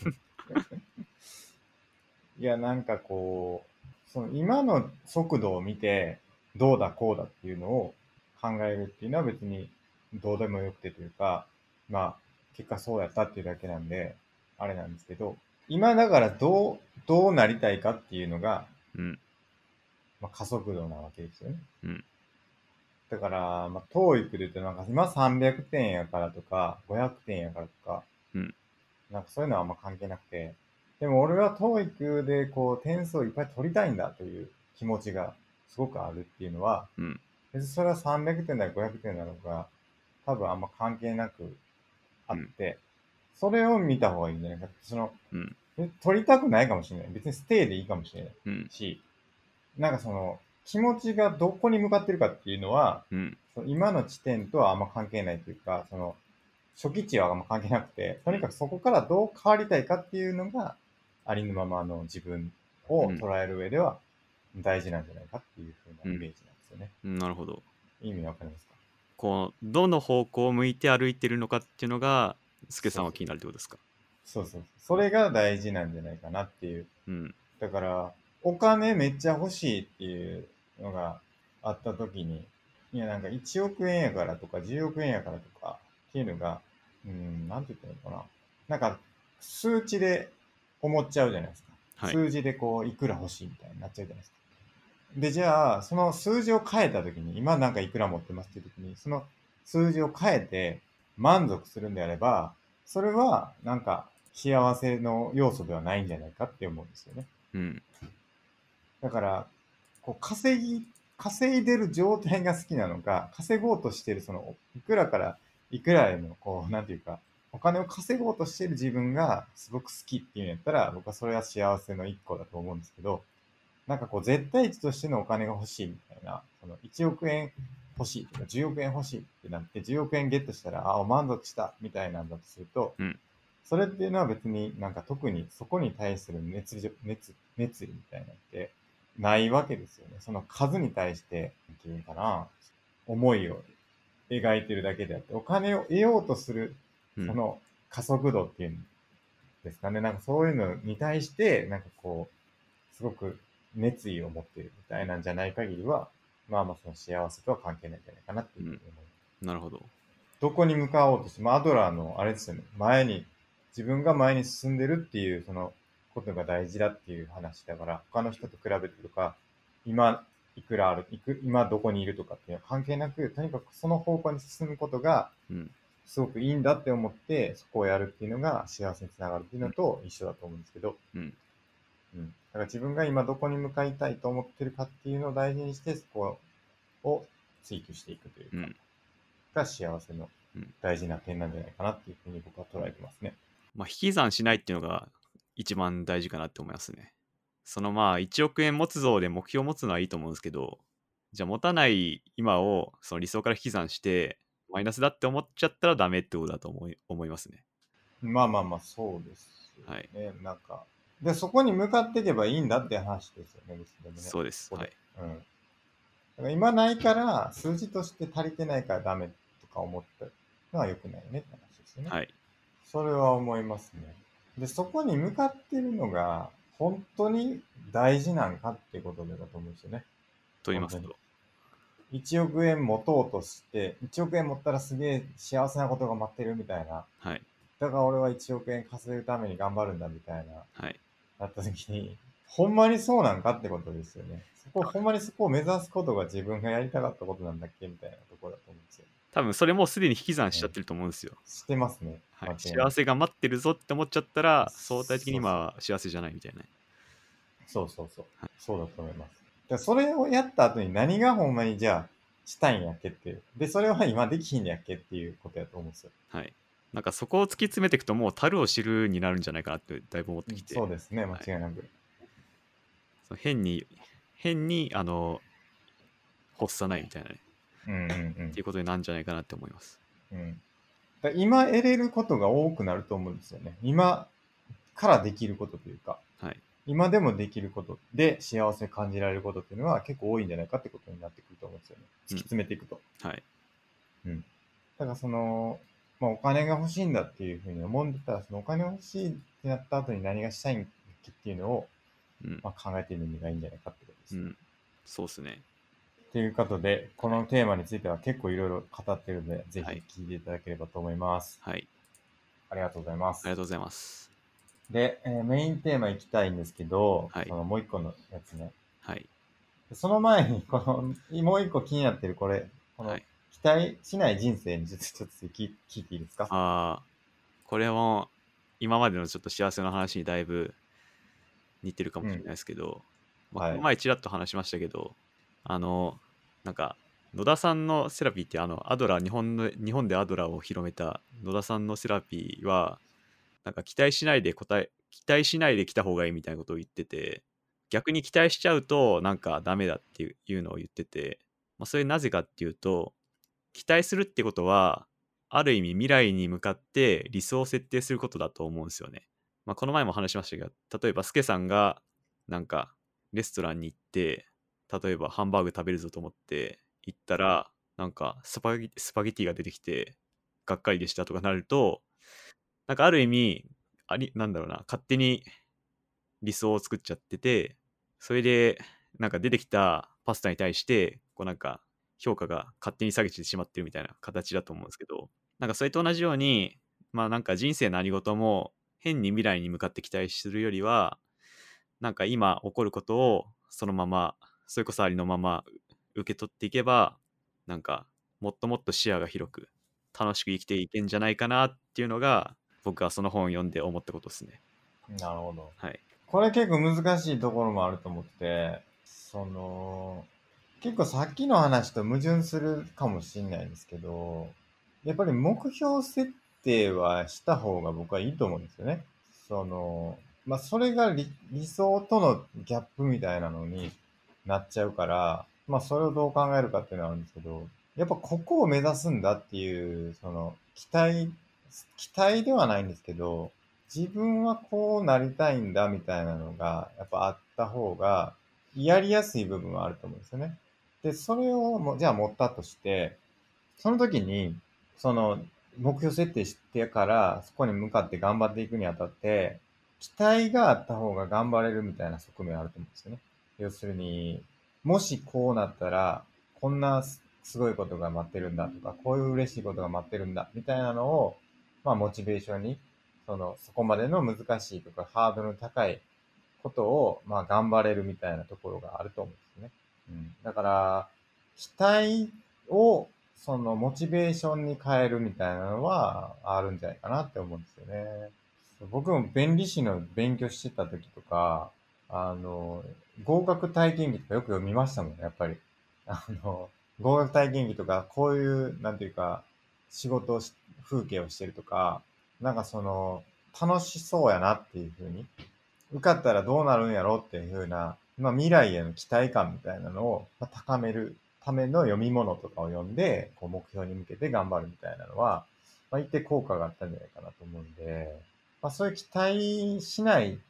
いや、なんかこう、その今の速度を見て、どうだこうだっていうのを考えるっていうのは別にどうでもよくてというか、まあ、結果そうやったっていうだけなんで、あれなんですけど、今だからどう、どうなりたいかっていうのが、 うん。 まあ、加速度なわけですよね。 うん。 だから、まあ、トーイックで言うとなんか今さんびゃくてんやからとか、ごひゃくてんやからとか、 うん。 なんかそういうのはあんま関係なくて、でも俺は トーイック でこう点数をいっぱい取りたいんだという気持ちがすごくあるっていうのは、 うん。 別にそれはさんびゃくてんだろごひゃくてんだろうが、多分あんま関係なくあうん。 って、それを見た方がいいんじゃないかって。その、 うん。 え取りたくないかもしれない。別にステイでいいかもしれないうん。 し、なんかその、気持ちがどこに向かってるかっていうのは、 うん。 その今の地点とはあんま関係ないというか、その、初期値はあんま関係なくて、とにかくそこからどう変わりたいかっていうのが、ありのままの自分をうん。 捉える上では大事なんじゃないかっていう風うん。 なイメージなんですよね。 なるほど。 意味わかりますか？ こう、どの方向を向いて歩いてるのかっていうのが、スケさそうそう。 んは気になるってことですか？ そうそう。それが大事なんじゃないかなっていう。 うん。 だから、お金めっちゃ欲しいっていうのがあった時に、いやなんかいちおく円やからとかじゅうおく円やからとかっていうのが、うん、なんて言ったらいいのかな。なんか、数値で思っちゃうじゃないですか。 はい。 数字でこう、いくら欲しいみたいになっちゃうじゃないですか。で、じゃあ、その数字を変えた時に、今なんかいくら持ってますっていう時に、その数字を変えて満足するんであれば、それはなんか幸せの要素ではないんじゃないかって思うんですよね。 うん。 だから、こう稼ぎ、稼いでる状態が好きなのか、稼ごうとしてる、その、いくらからいくらへの、こう、なんていうか、お金を稼ごうとしてる自分がすごく好きっていうんやったら、僕はそれは幸せの一個だと思うんですけど、なんかこう、絶対値としてのお金が欲しいみたいな、そのいちおく円欲しいとかじゅうおく円欲しいってなって、じゅうおく円ゲットしたら、ああ、満足したみたいなんだとすると、 うん。 それっていうのは別になんか特にそこに対する熱情、熱、熱意みたいなのってないわけですよね。その数に対して、なんていうのかな、思いを描いてるだけであって、お金を得ようとする、 うん。 その加速度っていうんですかね。なんかそういうのに対して、なんかこう、すごく熱意を持っているみたいなんじゃない限りは、まあまあその幸せとは関係ないんじゃないかなっていううん。 ふうに思います。 なるほど。 どこに向かおうとして、まあ、アドラーのあれですよね。前に、自分が前に進んでるっていう、その、ことが大事だっていう話だから、他の人と比べてとか、今、いくらある、いく、今どこにいるとかっていうのは関係なく、とにかくその方向に進むことが、 うん。 すごくいいんだって思って、そこをやるっていうのが幸せにつながるっていううん。 のと一緒だと思うんですけど、 うん。 うん。だから自分が今どこに向かいたいと思ってるかっていうのを大事にして、そこを追求していくというか、 うん。 が幸せのうん。 大事な点なんじゃないかなっていうふうに僕は捉えてますね。 まあ、引き算しないっていうのが一番大事かなって思いますね。そのまあいちおく円持つぞで目標を持つのはいいと思うんですけど、じゃあ持たない今をその理想から引き算してマイナスだって思っちゃったらダメってことだと思い思いますね。 まあまあまあ、そうですはい。 よね。なんか、 で、そこに向かっていけばいいんだっていう話ですよね、でもね。 そうです。 ここで。 はい。 うん。だから今ないから、数字として足りてないからダメとか思ったのは良くないよねって話ですよね。 はい。 それは思いますね。で、そこに向かってるのが、本当に大事なんかっていうことだと思うんですよね。本当に。 と言いますと。 いちおく円持とうとして、いちおく円持ったらすげえ幸せなことが待ってるみたいな。 はい。 だから俺はいちおく円稼ぐために頑張るんだみたいな、 はい。 なった時に、ほんまにそうなんかってことですよね。そこ、ほんまにそこを目指すことが自分がやりたかったことなんだっけみたいなところだと思うんですよ。 多分それもうすでに引き算しうん。 ちゃってると思うんですよ。 してますね。 はい。 間違いなく。 幸せが待ってるぞって思っちゃったら、相対的にそうそう。 今は幸せじゃないみたいなね。 そうそうそう。 はい。 そうだと思います。で、それをやった後に何がほんまにじゃあしたいんやっけっていう。で、それは今できひんやっけっていうことやと思うんですよ。 はい。なんかそこを突き詰めていくともう樽を知るになるんじゃないかなってだいぶ思っうん、 てきて、 そうですね、間はい。 違いなく。 その変に、変に、あの、発さないみたいなね。 うんうんっていうことになるんじゃないかなって思います。 うん。うん。だ今得れることが多くなると思うんですよね。今からできることというか、 はい。 今でもできることで幸せ感じられることっていうのは結構多いんじゃないかってことになってくると思うんですよね。突きうん。 詰めていくと。 はい。 うん。だからその、まあ、お金が欲しいんだっていうふうに思うんだったら、そのお金欲しいってなった後に何がしたいんだっけっていうのを、 うん。 まあ、考えてみるのがいいんじゃないかってことですね。 うん。そうですね。 ということで、こはい。 のテーマについては結構いろいろ語ってるので、ぜはい。 ひ聞いていただければと思います。 はい。 ありがとうございます。 ありがとうございます。 で、えーメインテーマ行きたいんですけど、 はい。 そのもう一個のやつね。 はい。 その前に、この、もう一個気になってるこれ、この、 はい。 期待しない人生にちょっとちょっと聞聞いていいですか？ ああ、これも今までのちょっと幸せの話にだいぶ似てるかもうん。 しれないですけど、まあ、こはい。 の前ちらっと話しましたけど、あの、なんか、野田さんのセラピーってあの、アドラー、日本の、日本でアドラーを広めた野田さんのセラピーは、なんか期待しないで答え、期待しないで来た方がいいみたいなことを言ってて、逆に期待しちゃうとなんかダメだっていういうのを言ってて、まあ、それなぜかっていうと、期待するってことは、ある意味未来に向かって理想を設定することだと思うんですよね。まあ、この前も話しましたけど、例えばスケさんがなんかレストランに行って、例えばハンバーグ食べるぞと思って行ったら、なんかスパゲスパゲティが出てきて、がっかりでしたとかなると、なんかある意味、あり、なんだろうな、勝手に理想を作っちゃってて、それで、なんか出てきたパスタに対して、こうなんか評価が勝手に下げてしまってるみたいな形だと思うんですけど、なんかそれと同じように、まあなんか人生の何事も変に未来に向かって期待するよりは、なんか今起こることをそのまま、それこそありのまま受け取っていけば、なんかもっともっと視野が広く楽しく生きていけんじゃないかなっていうのが、僕はその本を読んで思ったことですね。 なるほど。 はい。 これ結構難しいところもあると思って、その、結構さっきの話と矛盾するかもしれないんですけど、やっぱり目標設定はした方が僕はいいと思うんですよね。その、まあ、それが理、理想とのギャップみたいなのになっちゃうから、まあ、それをどう考えるかっていうのはあるんですけど、やっぱここを目指すんだっていう、その、期待、期待ではないんですけど、自分はこうなりたいんだみたいなのが、やっぱあった方が、やりやすい部分はあると思うんですよね。で、それをも、じゃあ持ったとして、その時に、その、目標設定してから、そこに向かって頑張っていくにあたって、期待があった方が頑張れるみたいな側面あると思うんですよね。要するに、もしこうなったら、こんなすすごいことが待ってるんだとか、こういう嬉しいことが待ってるんだ、みたいなのを、まあ、モチベーションに、その、そこまでの難しいとか、ハードルの高いことを、まあ、頑張れるみたいなところがあると思うんですね。うん。だから、期待を、その、モチベーションに変えるみたいなのは、あるんじゃないかなって思うんですよね。僕も弁理士の勉強してた時とか、あの、合格体験記とかよく読みましたもんね、やっぱり。あの、合格体験記とか、こういう、なんていうか、仕事をし、風景をしてるとか、なんかその、楽しそうやなっていう風に、受かったらどうなるんやろっていう風な、まあ未来への期待感みたいなのをまあ高めるための読み物とかを読んで、こう目標に向けて頑張るみたいなのは、まあ一定効果があったんじゃないかなと思うんで、まあそういう期待しないって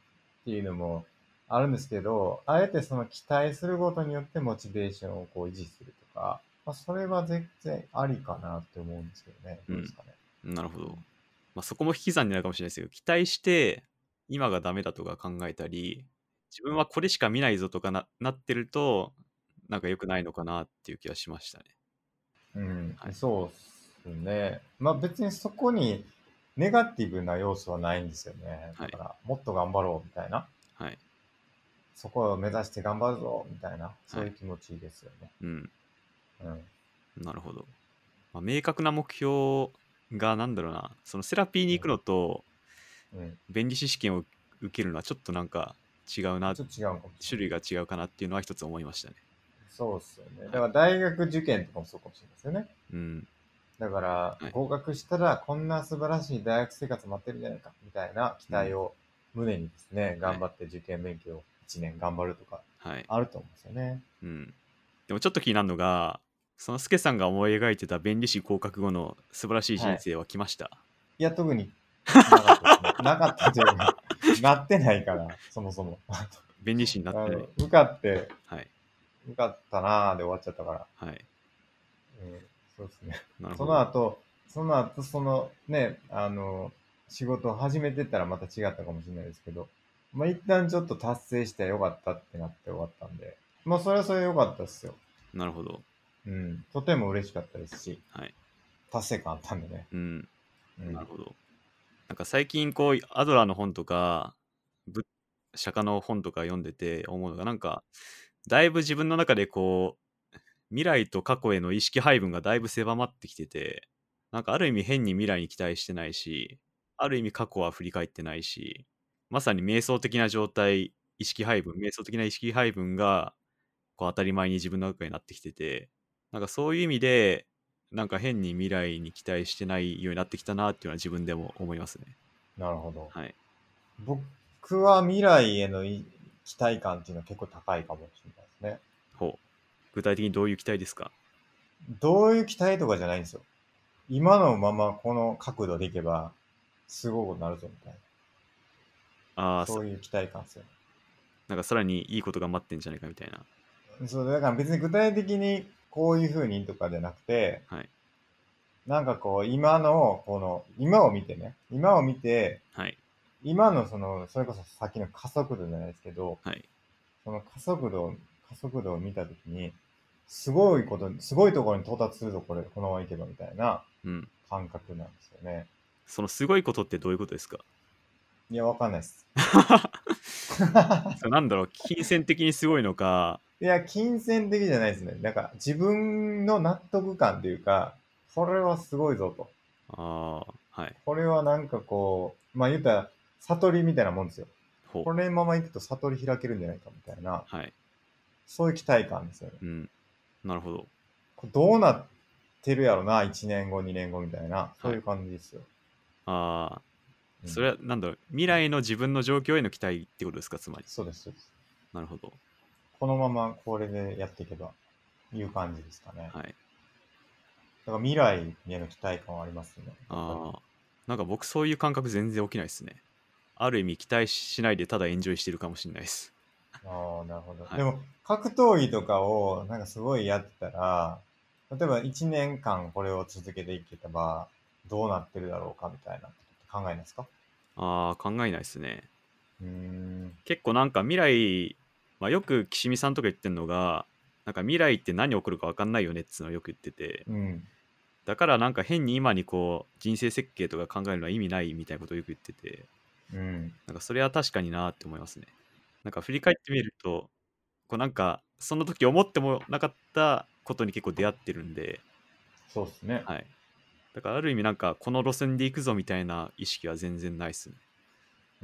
っていうのもあるんですけど、あえてその期待することによってモチベーションをこう維持するとか、まあ、それは全然ありかなって思うんですけどね。どうですかね。 なるほど。まあ、そこも引き算になるかもしれないですけど、期待して今がダメだとか考えたり、自分はこれしか見ないぞとかななってると、なんか良くないのかなっていう気はしましたね。 うん、 はい。 そうっすね。まあ別にそこにネガティブな要素はないんですよね。 はい。 だから、もっと頑張ろうみたいな。 はい。 そこを目指して頑張るぞみたいな、そはい。 ういう気持ちですよね。 うん。 うん。 なるほど。まあ、明確な目標がなんだろうな、そのセラピーに行くのとうん。うん。 弁理士試験を受けるのはちょっとなんか違うな、 ちょっと違うのかもしれない。 種類が違うかなっていうのは一つ思いましたね。 そうっすよね。だかはい。 ら大学受験とかもそうかもしれないですよね。 うん。 だからはい。 合格したらこんな素晴らしい大学生活待ってるんじゃないかみたいな期待を胸にですね、 はい。 頑張って受験勉強をいちねん頑張るとかはい。 あると思うんですよね。 うん。でもちょっと気になるのが、そのスケさんが思い描いてた弁理士合格後の素晴らしいはい。 人生は来ました？ いや、特になかったですね。なかったというか、なってないから、そもそも。 弁理士になってない。 あの受かって、 はい。 受かったなーで終わっちゃったから。 はい。 うん、そうですね。そなるほど。 の後、その後、そのね、あの、仕事を始めてったらまた違ったかもしれないですけど、まあ一旦ちょっと達成してよかったってなって終わったんで、まあそれはそれでよかったですよ。 なるほど。 うん。とても嬉しかったですし、 はい。 達成感あったんでね。 うん。 うん。 なるほど。なんか最近こう、アドラーの本とか、ぶ釈迦の本とか読んでて思うのが、なんか、だいぶ自分の中でこう、未来と過去への意識配分がだいぶ狭まってきてて、なんかある意味変に未来に期待してないし、ある意味過去は振り返ってないし、まさに瞑想的な状態、意識配分、瞑想的な意識配分がこう当たり前に自分の中になってきてて、なんかそういう意味で、なんか変に未来に期待してないようになってきたなっていうのは自分でも思いますね。 なるほど。 はい。 僕は未来へのい期待感っていうのは結構高いかもしれないですね。 ほう。具体的にどういう期待ですか？ どういう期待とかじゃないんですよ。今のままこの角度でいけば、すごいことになるぞみたいな。 ああ、 そういう期待感ですよ。 なんかさらにいいことが待ってんじゃないかみたいな。 そう、だから別に具体的にこういう風にとかじゃなくて、 はい。 なんかこう、今の、この、今を見てね、今を見て、 はい。 今のその、それこそさっきの加速度じゃないですけど、 はい。 その加速度、加速度を見たときに、すごいこと、すごいところに到達するぞ、これ、このままいけばみたいなうん。 感覚なんですよね。 そのすごいことってどういうことですか？ いや、わかんないです。 そうなんだろう、金銭的にすごいのか、 いや、金銭的じゃないですね。なんか、自分の納得感というか、これはすごいぞと。 ああ、はい。 これはなんかこう、まあ言ったら、悟りみたいなもんですよ。 ほう。 これまま行くと悟り開けるんじゃないかみたいな、 はい。 そういう期待感ですよね。 うん。なるほど。 これどうなってるやろな、いちねんご、にねんごみたいな、そういう感じですよ。 ああ、 うん、 それはなんだろう、未来の自分の状況への期待ってことですか、つまり。 そうです、そうです。 なるほど。 このままこれでやっていけば、いう感じですかね。 はい。 だから未来への期待感はありますね。やっぱり。 ああ、なんか僕そういう感覚全然起きないですね。ある意味期待しないでただエンジョイしてるかもしれないです。 ああ、なるほど。 はい。 でも、格闘技とかをなんかすごいやってたら、例えばいちねんかんこれを続けていけたら、どうなってるだろうかみたいなこと考えないですか？ ああ、考えないですね。 うーん。 結構なんか未来、まあ、よく岸見さんとか言ってるのが、なんか未来って何起こるか分かんないよねっていうのをよく言ってて、 うん。 だからなんか変に今にこう人生設計とか考えるのは意味ないみたいなことをよく言ってて、 うん。 なんかそれは確かになって思いますね。なんか振り返ってみると、こうなんかその時思ってもなかったことに結構出会ってるんで、 そうですね。 はい。だからある意味なんかこの路線で行くぞみたいな意識は全然ないっすね。 うん。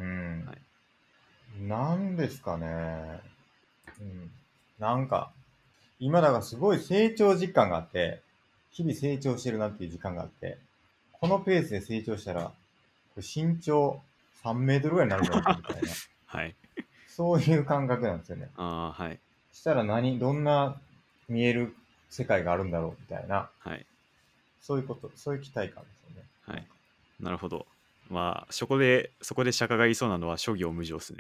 はい。 なんですかね。うん。なんか、今だからすごい成長実感があって、日々成長してるなっていう時間があって、このペースで成長したら、これ身長さんメートルぐらいになるんじゃないかみたいな、 はい。 そういう感覚なんですよね。 ああ、はい。 したら何、どんな見える世界があるんだろうみたいな、 はい。 そういうこと、そういう期待感ですよね。 はい。なるほど。まあ、そこで、そこで釈迦が言いそうなのは諸行無常ですね。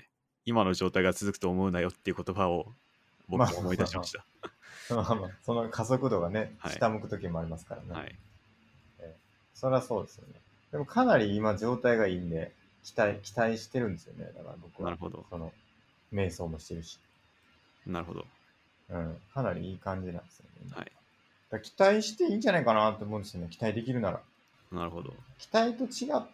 今の状態が続くと思うなよっていう言葉を僕まあは思い出しました。 まあまあその加速度がね、 はい下向く時もありますからね。 はいえーそれはそうですよね。でもかなり今状態がいいんで、期待、期待してるんですよね。だから僕は。 なるほどその、瞑想もしてるし。 なるほど。 うん。かなりいい感じなんですよね。今はいだから期待していいんじゃないかなと思うんですよね。期待できるなら。 なるほど。 期待と違って、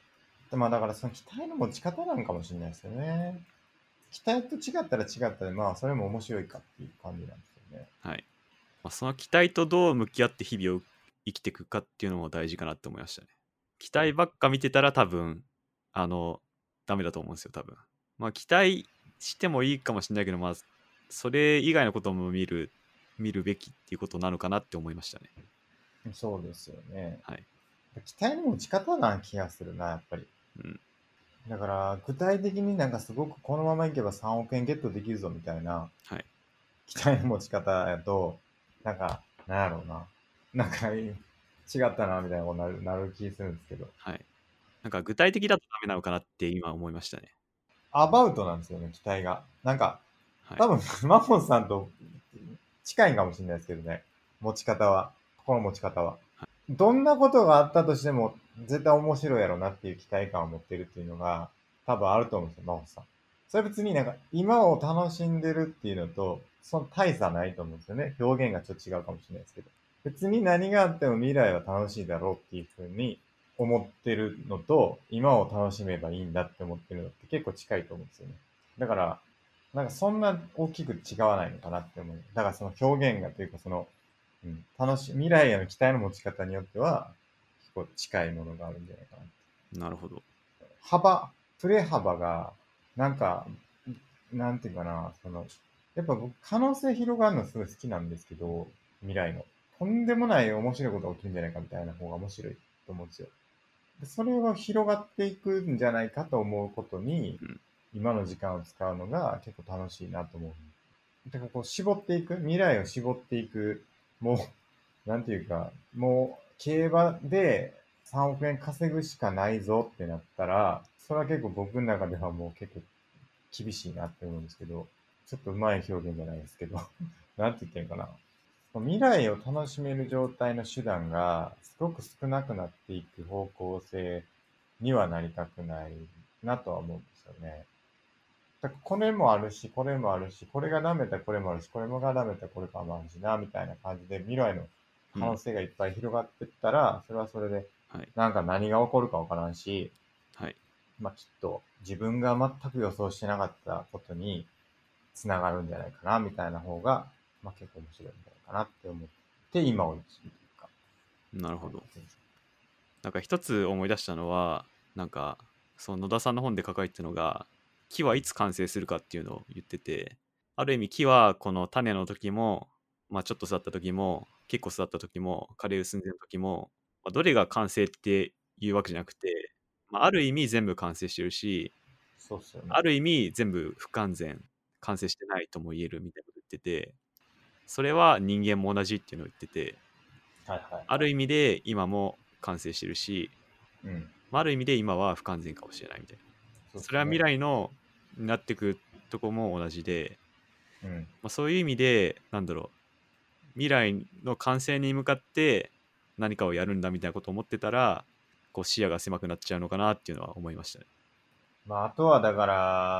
まあだからその期待の持ち方なんかもしれないですよね。期待と違ったら違ったで、まあそれも面白いかっていう感じなんですよね。 はいまあ、その期待とどう向き合って日々を生きていくかっていうのも大事かなって思いましたね。期待ばっか見てたら多分あのダメだと思うんですよ多分。まあ期待してもいいかもしれないけど、まあそれ以外のことも見る見るべきっていうことなのかなって思いましたね。 そうですよね。 はい。 期待の持ち方な気がするな、やっぱり。 うんだから具体的になんかすごくこのままいけばさんおく円ゲットできるぞみたいなはい期待の持ち方やと、なんか、なんやろうな。なんか違ったな、みたいなことになるなる気するんですけど。 はい。なんか具体的だとダメなのかなって今思いましたね。 アバウトなんですよね、期待が。なんか、 はい多分、マモンさんと近いんかもしれないですけどね。持ち方は。この持ち方は。どんなことがあったとしても、絶対面白いやろうなっていう期待感を持ってるっていうのが、多分あると思うんですよ、マモンさん。それは別になんか、今を楽しんでるっていうのと、その大差ないと思うんですよね。表現がちょっと違うかもしれないですけど。別に何があっても未来は楽しいだろうっていうふうに思ってるのと、今を楽しめばいいんだって思ってるのって結構近いと思うんですよね。だから、なんかそんな大きく違わないのかなって思う。だからその表現がというかその、うん、楽し、未来への期待の持ち方によっては、結構近いものがあるんじゃないかな。 なるほど。 幅、プレ幅が、なんか、なんていうかな、その、やっぱ僕、可能性広がるのすごい好きなんですけど、未来の。とんでもない面白いことが起きるんじゃないかみたいな方が面白いと思うんですよ。でそれが広がっていくんじゃないかと思うことに、 うん今の時間を使うのが結構楽しいなと思う。だからこう絞っていく、未来を絞っていく、もう、なんていうか、もう、競馬でさんおく円稼ぐしかないぞってなったら、それは結構僕の中ではもう結構厳しいなって思うんですけど、ちょっと上手い表現じゃないですけど、なんて言ってんかな。未来を楽しめる状態の手段がすごく少なくなっていく方向性にはなりたくないなとは思うんですよね。だからこれもあるし、これもあるし、これがダメだこれもあるし、これもがダメだこれかもあるしな、みたいな感じで未来の可能性がいっぱい広がっていったら、それはそれで、 はいなんか何が起こるかわからんし、 はいまあきっと自分が全く予想してなかったことにつながるんじゃないかな、みたいな方が、まあ結構面白いんじゃないかなって思って今を生きるというか。 なるほど。なんか一つ思い出したのは、なんかその野田さんの本で書かれてたのが、木はいつ完成するかっていうのを言ってて、ある意味木はこの種の時も、まあ、ちょっと育った時も結構育った時も枯れ薄んでる時も、まあ、どれが完成っていうわけじゃなくて、まあ、ある意味全部完成してるし、 そうっすよね。 ある意味全部不完全完成してないとも言えるみたいなこと言ってて、それは人間も同じっていうのを言ってて、 はいはい、 ある意味で今も完成してるし、 うん。 まあ、ある意味で今は不完全かもしれないみたいな。 そうっすね。 それは未来のなってくとこも同じで、 うん。 まあ、そういう意味でなんだろう、未来の完成に向かって何かをやるんだみたいなことを思ってたら、こう視野が狭くなっちゃうのかなっていうのは思いましたね。 まあ、あとはだから、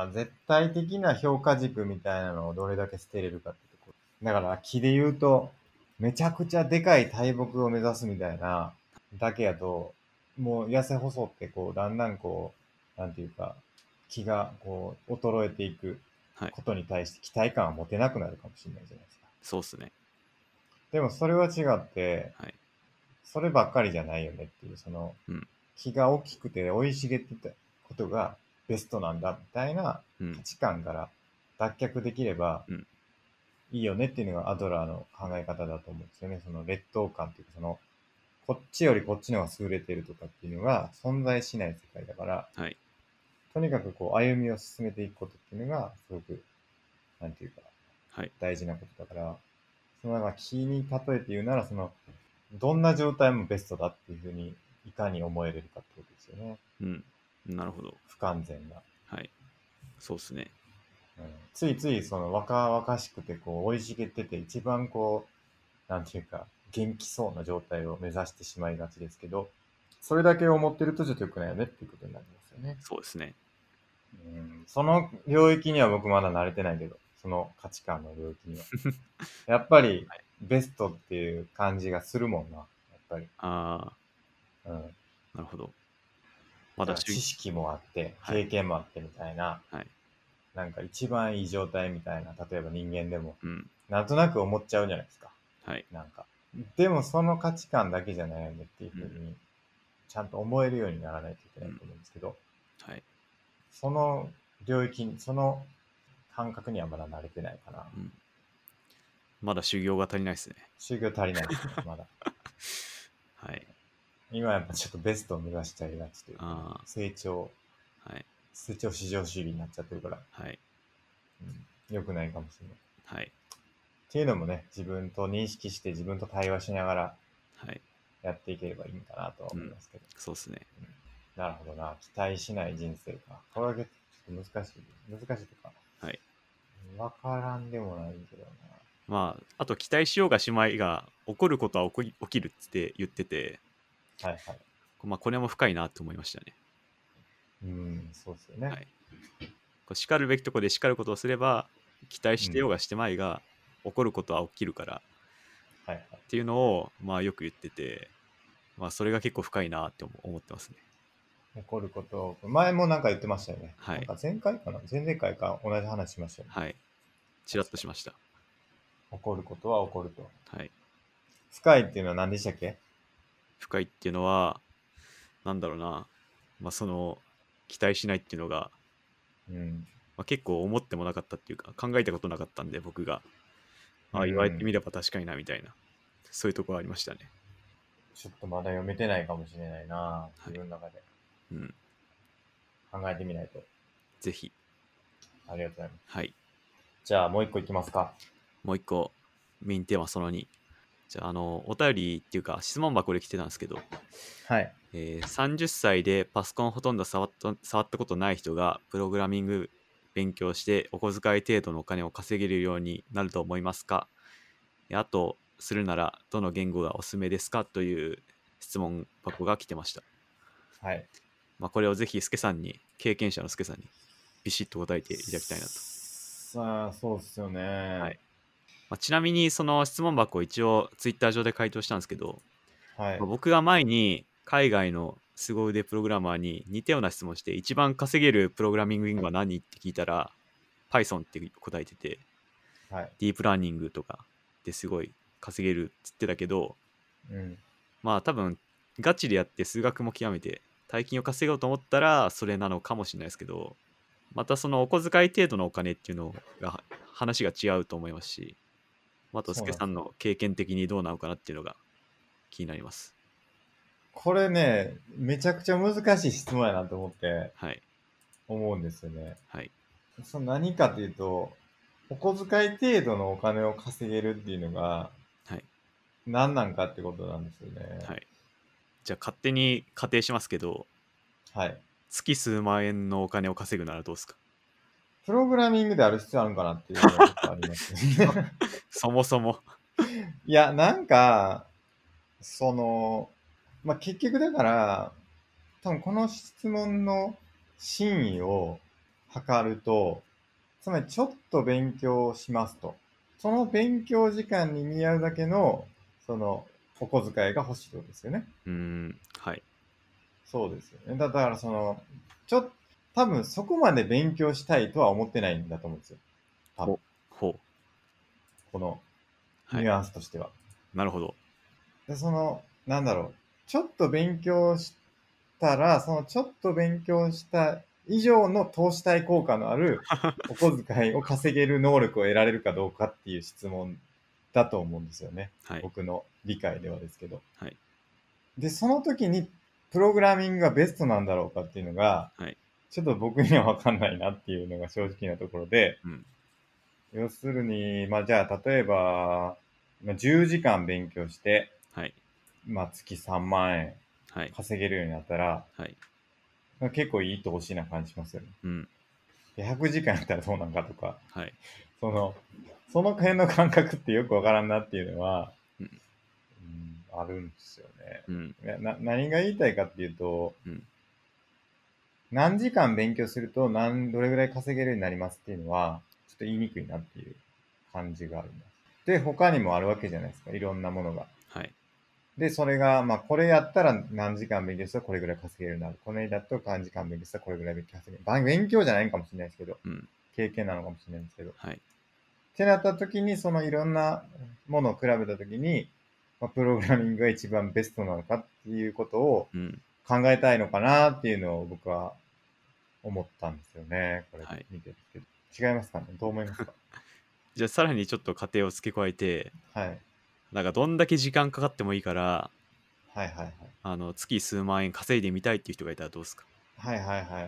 絶対的な評価軸みたいなのをどれだけ捨てれるかってところ。だから、木で言うと、めちゃくちゃでかい大木を目指すみたいな、だけやと、もう痩せ細って、こう、だんだんこう、なんていうか、木が、こう、衰えていくはい、 ことに対して期待感を持てなくなるかもしれないじゃないですか。 そうっすね。 でも、それは違って、 はい、 そればっかりじゃないよねっていう、その、 うん、 木が大きくて生い茂ってたことがベストなんだみたいなうん、 価値観から脱却できればうん、 いいよねっていうのがアドラーの考え方だと思うんですよね。その劣等感っていうか、その、こっちよりこっちの方が優れてるとかっていうのが存在しない世界だから、 はい、 とにかくこう歩みを進めていくことっていうのがすごく、なんていうか、 はい、 大事なことだから、そのなんか木に例えて言うなら、その、どんな状態もベストだっていうふうにいかに思えれるかってことですよね。 うん、なるほど。 不完全な。 はい、そうっすね。 うん、ついついその若々しくてこう生い茂ってて一番こうなんていうか元気そうな状態を目指してしまいがちですけど、それだけ思ってるとちょっと良くないよねっていうことになりますよね。 そうですね。 うん、その領域には僕まだ慣れてないけど、その価値観の領域には。やっぱりはい、 ベストっていう感じがするもんな。やっぱり。 あうん。 あ、なるほど。まだから知だしゅ、 識もあって、 はい、 経験もあってみたいな、 はい、 なんか一番いい状態みたいな、例えば人間でも、 うん、 なんとなく思っちゃうじゃないですか。 はい、 なんか。でもその価値観だけじゃないよねっていううん、 ふうに、ちゃんと思えるようにならないといけうん、 ないと思うんですけど、 はい、 その領域に、その感覚にはまだ慣れてないかな。 うん。まだ修行が足りないですね。 修行足りないですね、まだ。 はい。 今やっぱちょっとベストを目指しちゃいがちというかね、 あ成長、 あ、はい、 成長至上主義になっちゃってるから、 はい、 うん、良くないかもしれない。 はい、 っていうのもね、自分と認識して自分と対話しながらはい、 やっていければいいんかなとはうん、 思いますけど。 そうですね。 うん、なるほどな。期待しない人生か。これだけちょっと難しい。難しいというか、 はい。 わからんでもないけどまあ、あと期待しようがしまいが、起こることは起こり起きるって言ってて、 な。はいはい。 まあ、これも深いなと思いましたね。 うん、そうですよね。 はい。こう叱るべきところで叱ることをすれば、期待うん。 してようがしてまいが、起こることは起きるからはいはい。 っていうのを、まあ、よく言ってて、まあ、それが結構深いなって思思ってますね。 起こることを、前もなんか言ってましたよね。 はい。 なんか前回かな前々回か同じ話しましたよね。 はい。ちらっ確かに。 としました。 起こることは起こると。 はい。 深いっていうのは何でしたっけ？ 深いっていうのは、なんだろうな、まあ、その、期待しないっていうのが、 うん。 まあ、結構思ってもなかったっていうか、考えたことなかったんで、僕が、 うああ、言われてん。 みれば確かにな、みたいな、そういうところありましたね。 ちょっとまだ読めてないかもしれないな。 はい。 自分の中でうん。 考えてみないと。 ぜひ。 ありがとうございます。 はい。 じゃあもう一個いきますか。 もう一個、メインテーマそのに。じゃあ、あの、お便りっていうか、質問箱で来てたんですけど、 はい。 えーさんじゅっさいでパソコンほとんど触った触ったことない人が、プログラミング勉強してお小遣い程度のお金を稼げるようになると思いますか？あと、するなら、どの言語がおすすめですかという質問箱が来てました。 はい。 まあ、これをぜひ、スケさんに、経験者のスケさんに、ビシッと答えていただきたいなと。 さあ、そうっすよね。 はい。まあ、ちなみに、その質問箱を一応、ツイッター上で回答したんですけど、まあ、 はい。 僕が前に、海外の凄腕プログラマーに似たような質問して、一番稼げるプログラミング言語は何って聞いたら、Python って答えてて、 はい。 ディープラーニングとかですごい稼げるっつってたけど、 うん。 まあ多分ガチでやって数学も極めて大金を稼ごうと思ったらそれなのかもしれないですけど、またそのお小遣い程度のお金っていうのが話が違うと思いますし、あとスケさんそうなんですよ。 の経験的にどうなのかなっていうのが気になります。 これね、めちゃくちゃ難しい質問やなと思ってはい。 思うんですよね。 はい。 その何かというと、お小遣い程度のお金を稼げるっていうのがはい。 何なんかってことなんですよね。 はい。じゃあ勝手に仮定しますけど、 はい。 月数万円のお金を稼ぐならどうですか？ プログラミングである必要あるんかなっていうのはちょっとありますね。 そもそも。 いや、なんか、その、まあ、結局だから、多分この質問の真意を測ると、つまりちょっと勉強しますと。その勉強時間に見合うだけの、その、お小遣いが欲しいってことですよね。 うーん。はい。 そうですよね。だだからその、ちょっ多分そこまで勉強したいとは思ってないんだと思うんですよ。多分、 ほほう。 このはい。 ニュアンスとしては。 なるほど。 で、その、なんだろう。ちょっと勉強したら、そのちょっと勉強した以上の投資対効果のあるお小遣いを稼げる能力を得られるかどうかっていう質問だと思うんですよね。 はい。 僕の理解ではですけど。 はい。 で、その時にプログラミングがベストなんだろうかっていうのが、 はい。 ちょっと僕にはわかんないなっていうのが正直なところで、 うん。 要するに、まあじゃあ例えば、まあ、じゅうじかん勉強して、 はい。 まあ月さんまん円はい。 稼げるようになったら、 はい。 まあ結構いい投資な感じしますよね。 うん。 ひゃくじかんやったらどうなんかとか、 はい。 その、その辺の感覚ってよくわからんなっていうのは、 うん。 うん、あるんですよね。 うん。 いやな何が言いたいかっていうと、 うん。 何時間勉強すると何、どれぐらい稼げるようになりますっていうのは、ちょっと言いにくいなっていう感じがあります。で、他にもあるわけじゃないですか。いろんなものが。 はい。 で、それが、まあ、これやったら何時間勉強したらこれぐらい稼げるようになる。これだと何時間勉強したらこれぐらい稼げる。ば勉強じゃないかもしれないですけど、 うん。 経験なのかもしれないんですけど。っはい。 てなった時に、そのいろんなものを比べた時に、まあ、プログラミングが一番ベストなのかっていうことをうん。 考えたいのかなっていうのを僕は思ったんですよね。これはい。 見てるけど。違いますかね？どう思いますか？ じゃあさらにちょっと過程を付け加えて、 はい。 なんかどんだけ時間かかってもいいから、 はいはいはい。 あの月数万円稼いでみたいっていう人がいたらどうですか？ はいはいはい。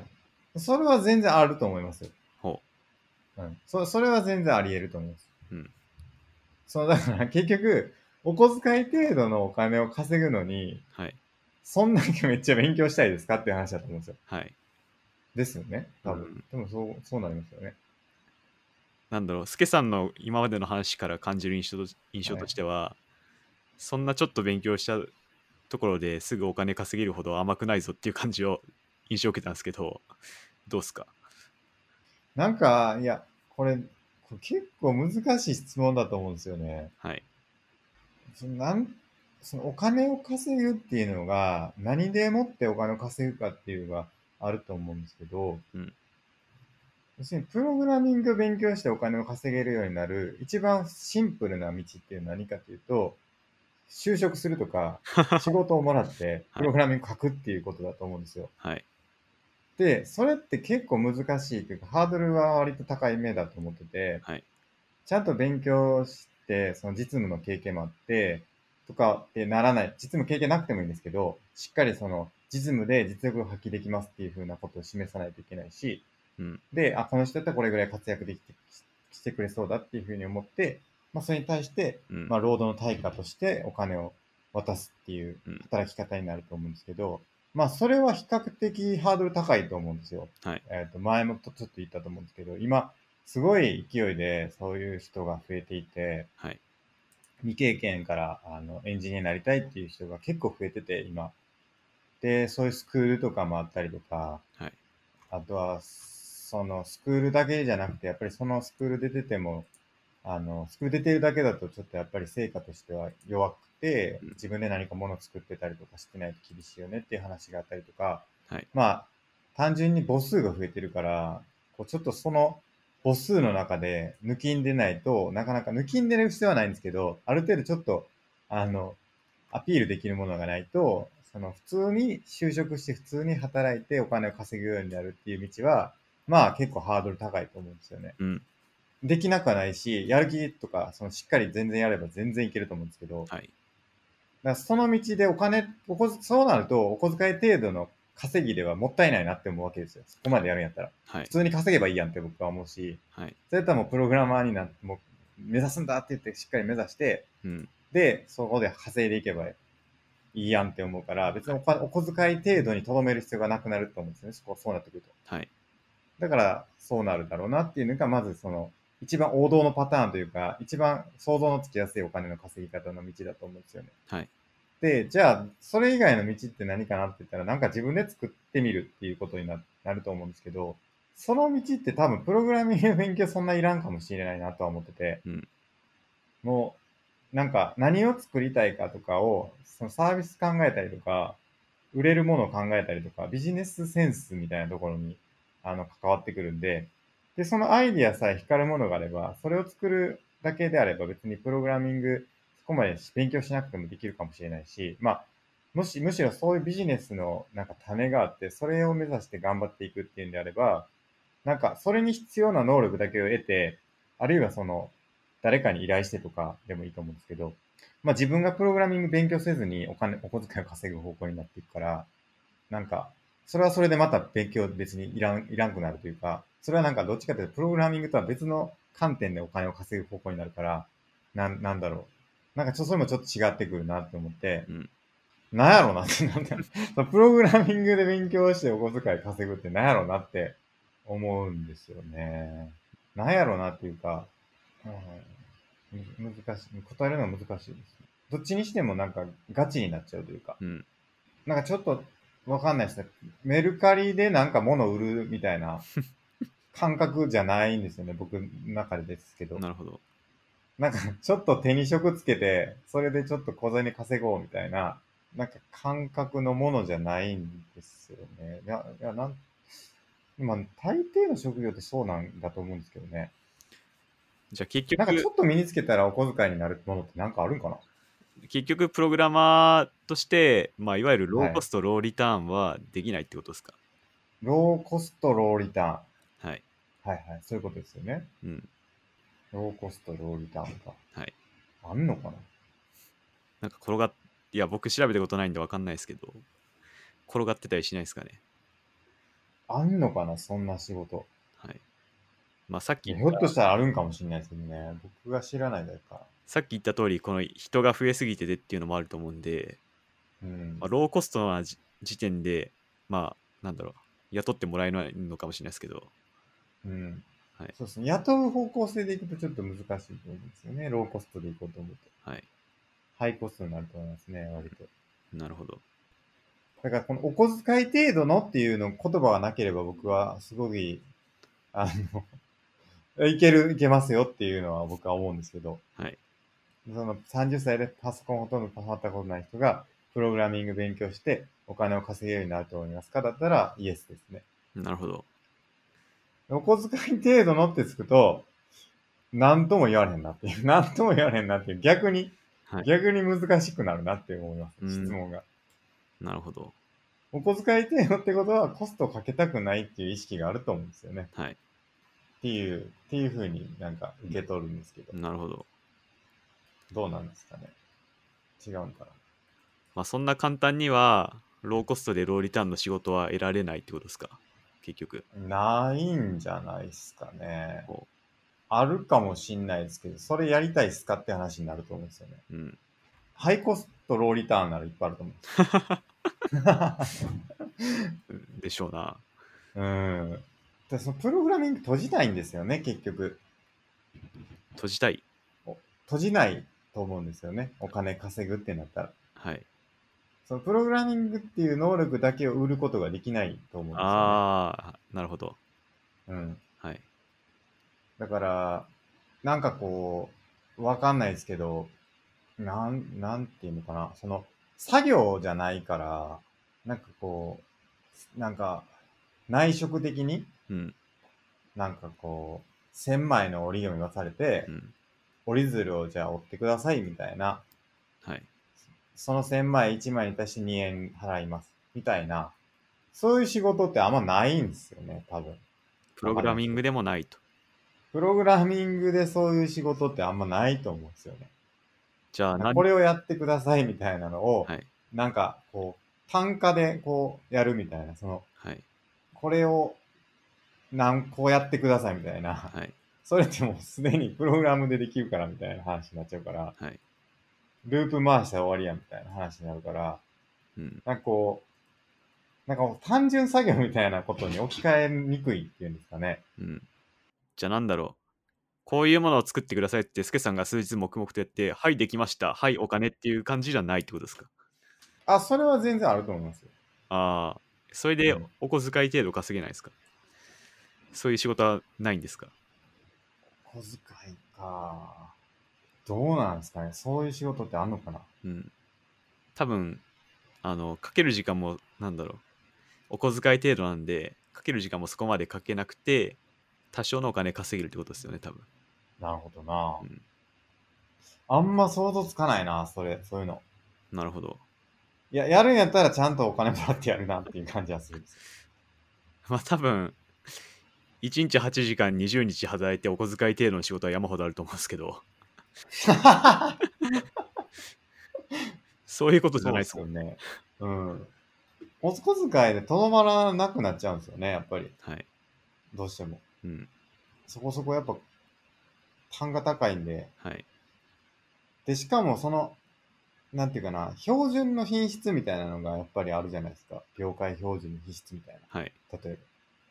それは全然あると思いますよ。 ほうん。そそれは全然あり得ると思います。 う。うん。 その、だから結局、お小遣い程度のお金を稼ぐのに、 はい。 そんだけめっちゃ勉強したいですかっていう話だと思うんですよ。 はい。 ですよね。多分。 うん。 でもそう、そうなりますよね。 なんだろう、スケさんの今までの話から感じる印象と印象はい。 としては、そんなちょっと勉強したところですぐお金稼げるほど甘くないぞっていう感じを印象を受けたんですけど、どうですか？ なんか、いや、これ、これ結構難しい質問だと思うんですよね。 はい。 そのなんそのお金を稼ぐっていうのが、何でもってお金を稼ぐかっていうのがあると思うんですけど、 うん。 要するにプログラミングを勉強してお金を稼げるようになる一番シンプルな道っていうのは何かというと、就職するとか、仕事をもらってプはい。 ログラミング書くっていうことだと思うんですよ。 はい。 で、それって結構難しいというか、ハードルは割と高い目だと思ってて、 はい。 ちゃんと勉強して、その実務の経験もあって、とかってならない、実務経験なくてもいいんですけど、しっかりその実務で実力を発揮できますっていう風なことを示さないといけないし、 うん。 で、あ、この人だったらこれぐらい活躍できて、してくれそうだっていう風に思って、まあそれに対して、 うん。 まあ労働の対価としてお金を渡すっていううん。 働き方になると思うんですけど、まあそれは比較的ハードル高いと思うんですよ。 はい。 えっ、と、前もちょっと言ったと思うんですけど、今、すごい勢いでそういう人が増えていて、 はい。 未経験からあのエンジニアになりたいっていう人が結構増えてて、今。で、そういうスクールとかもあったりとか、 はい。 あとは、そのスクールだけじゃなくて、やっぱりそのスクール出てても、あの、スクール出てるだけだとちょっとやっぱり成果としては弱くて、 うん。 自分で何か物を作ってたりとかしてないと厳しいよねっていう話があったりとか、 はい。 まあ、単純に母数が増えてるから、こうちょっとその母数の中で抜きんでないとなかなか抜きんでる必要はないんですけど、ある程度ちょっと、あの、アピールできるものがないと、その普通に就職して普通に働いてお金を稼ぐようになるっていう道は、まあ結構ハードル高いと思うんですよね。 うん。 できなくはないし、やる気とか、そのしっかり全然やれば全然いけると思うんですけど、 はい。 だからその道でお金、おこそうなるとお小遣い程度の稼ぎではもったいないなって思うわけですよ。そこまでやるんやったら。 はい。 普通に稼げばいいやんって僕は思うし、 はい。 それとはもうプログラマーになって、もう目指すんだって言ってしっかり目指して、 うん。 で、そこで稼いでいけばいいやんって思うから、別におかお小遣い程度に留める必要がなくなると思うんですよね。そこそうなってくると。 はい。 だからそうなるだろうなっていうのが、まずその、一番王道のパターンというか、一番想像のつきやすいお金の稼ぎ方の道だと思うんですよね。 はい。 で、じゃあ、それ以外の道って何かなって言ったら、なんか自分で作ってみるっていうことにななると思うんですけど、その道って多分プログラミングの勉強そんないらんかもしれないなとは思ってて、 うん。 もう、なんか何を作りたいかとかを、そのサービス考えたりとか、売れるものを考えたりとか、ビジネスセンスみたいなところに、あの、関わってくるんで、で、そのアイディアさえ光るものがあれば、それを作るだけであれば別にプログラミング、そこまで勉強しなくてもできるかもしれないし、まあ、もし、むしろそういうビジネスのなんか種があって、それを目指して頑張っていくっていうんであれば、なんか、それに必要な能力だけを得て、あるいはその、誰かに依頼してとかでもいいと思うんですけど、まあ自分がプログラミング勉強せずにお金、お小遣いを稼ぐ方向になっていくから、なんか、それはそれでまた勉強別にいらん、いらんくなるというか、それはなんかどっちかというと、プログラミングとは別の観点でお金を稼ぐ方向になるから、なん、なんだろう。なんかちょっとそれもちょっと違ってくるなって思って、 うん。 なんやろうなって、なんだプログラミングで勉強してお小遣い稼ぐってなんやろうなって思うんですよね。なんやろうなっていうか、うん、難しい。答えるのは難しいです。どっちにしてもなんかガチになっちゃうというか、 うん。 なんかちょっとわかんないですね。メルカリでなんか物売るみたいな感覚じゃないんですよね、僕の中でですけど。 なるほど。 なんかちょっと手に職つけて、それでちょっと小銭稼ごうみたいな、なんか感覚のものじゃないんですよね。いや、いや、なん、まあ、大抵の職業ってそうなんだと思うんですけどね。 じゃあ結局、 なんかちょっと身につけたらお小遣いになるものってなんかあるんかな。 結局プログラマーとして、まあ、いわゆるローはい。 コスト、ローリターンはできないってことですか？ ローコスト、ローリターン。 はい。 はいはい。そういうことですよね。 うん。 ローコスト、ローリターンか。 はい。 あんのかな。 なんか転がっ、いや、僕調べたことないんで分かんないですけど、転がってたりしないですかね。 あんのかな、そんな仕事。 はい。まあ、さっき言っいやひょっとた、 したらあるんかもしれないですけどね。僕が知らないだけかさっき言った通り、この人が増えすぎててっていうのもあると思うんで、 ら。うん。 まあ、ローコストなじ時点で、まあ、なんだろう、雇ってもらえないのかもしれないですけど、 うん。 はい。 そうですね。雇う方向性でいくとちょっと難しいと思うんですよね。ローコストでいこうと思うと。 はい。 ハイコストになると思いますね、割と。 なるほど。 だからこのお小遣い程度のっていうの言葉がなければ僕はすごい、あの、いける、いけますよっていうのは僕は思うんですけど、 はい。 そのさんじゅっさいでパソコンほとんど触ったことない人が、プログラミング勉強してお金を稼げるようになると思いますかだったらイエスですね。 なるほど。 お小遣い程度のってつくと、なんとも言われへんなっていう、なんとも言われへんなっていう、逆に、 はい。 逆に難しくなるなって思います、 うん。 質問が。 なるほど。 お小遣い程度ってことはコストをかけたくないっていう意識があると思うんですよね。 はい。 っていう、っていう風になんか受け取るんですけど、 なるほど。 どうなんですかね。違うんかまあ、そんな簡単には、ローコストでローリターンの仕事は得られないってことですか？結局。 な。ないんじゃないですかね。 こあるかもしんないですけど、それやりたいっすかって話になると思うんですよね。 う。うん。 ハイコストローリターンならいっぱいあると思うんですよ。 でしょうな。 うん。でそのプログラミング閉じたいんですよね、結局。 閉じたい。 お閉じないと思うんですよね。お金稼ぐってなったら。 はい。 そのプログラミングっていう能力だけを売ることができないと思うんですよね。 ああ、なるほど。 うん。 はい。 だから、なんかこう、わかんないですけど、なん、なんていうのかな。その、作業じゃないから、なんかこう、なんか、内職的に、 うん。 なんかこう、千枚の折り紙がされて、 うん。 折り鶴をじゃあ折ってくださいみたいな、 はい。 その千枚いちまいに対してにえん払います。みたいな、そういう仕事ってあんまないんですよね、多分。 プわかんないですけど。 ログラミングでもないと。 プログラミングでそういう仕事ってあんまないと思うんですよね。 じゃあ何、 これをやってくださいみたいなのを、 はい。 なんかこう、単価でこうやるみたいな、その、 はい。 これを何個やってくださいみたいな、 はい。 それってもうすでにプログラムでできるからみたいな話になっちゃうから、 はい。 ループ回したら終わりやみたいな話になるから、 うん。 なんかこう、なんかもう単純作業みたいなことに置き換えにくいっていうんですかね。 うん。じゃあなんだろう。こういうものを作ってくださいって、スケさんが数日黙々とやって、はい、できました。はい、お金っていう感じじゃないってことですか？ あ、それは全然あると思いますよ。 ああ、それでうん。 お小遣い程度稼げないですか？そういう仕事はないんですか？ 小遣いか。どうなんですかね。そういう仕事ってあんのかな。 うん。多分、あの、かける時間も、なんだろう。お小遣い程度なんで、かける時間もそこまでかけなくて、多少のお金稼げるってことですよね、多分。 なるほどな。 うん。 あんま想像つかないな、それ、そういうの。 なるほど。 いや、やるんやったらちゃんとお金もらってやるなっていう感じはするんですよ。 まあ多分、いちにちはちじかんにじゅうにち働いてお小遣い程度の仕事は山ほどあると思うんですけど、そういうことじゃそうっないですか？ すよね。うん。お小遣いでとどまらなくなっちゃうんですよね、やっぱり。 はい。 どうしても。 うん。 そこそこやっぱ単価高いんで。 はい。 で、しかもその、なんていうかな、標準の品質みたいなのがやっぱりあるじゃないですか。業界標準の品質みたいはい。 な。例えば。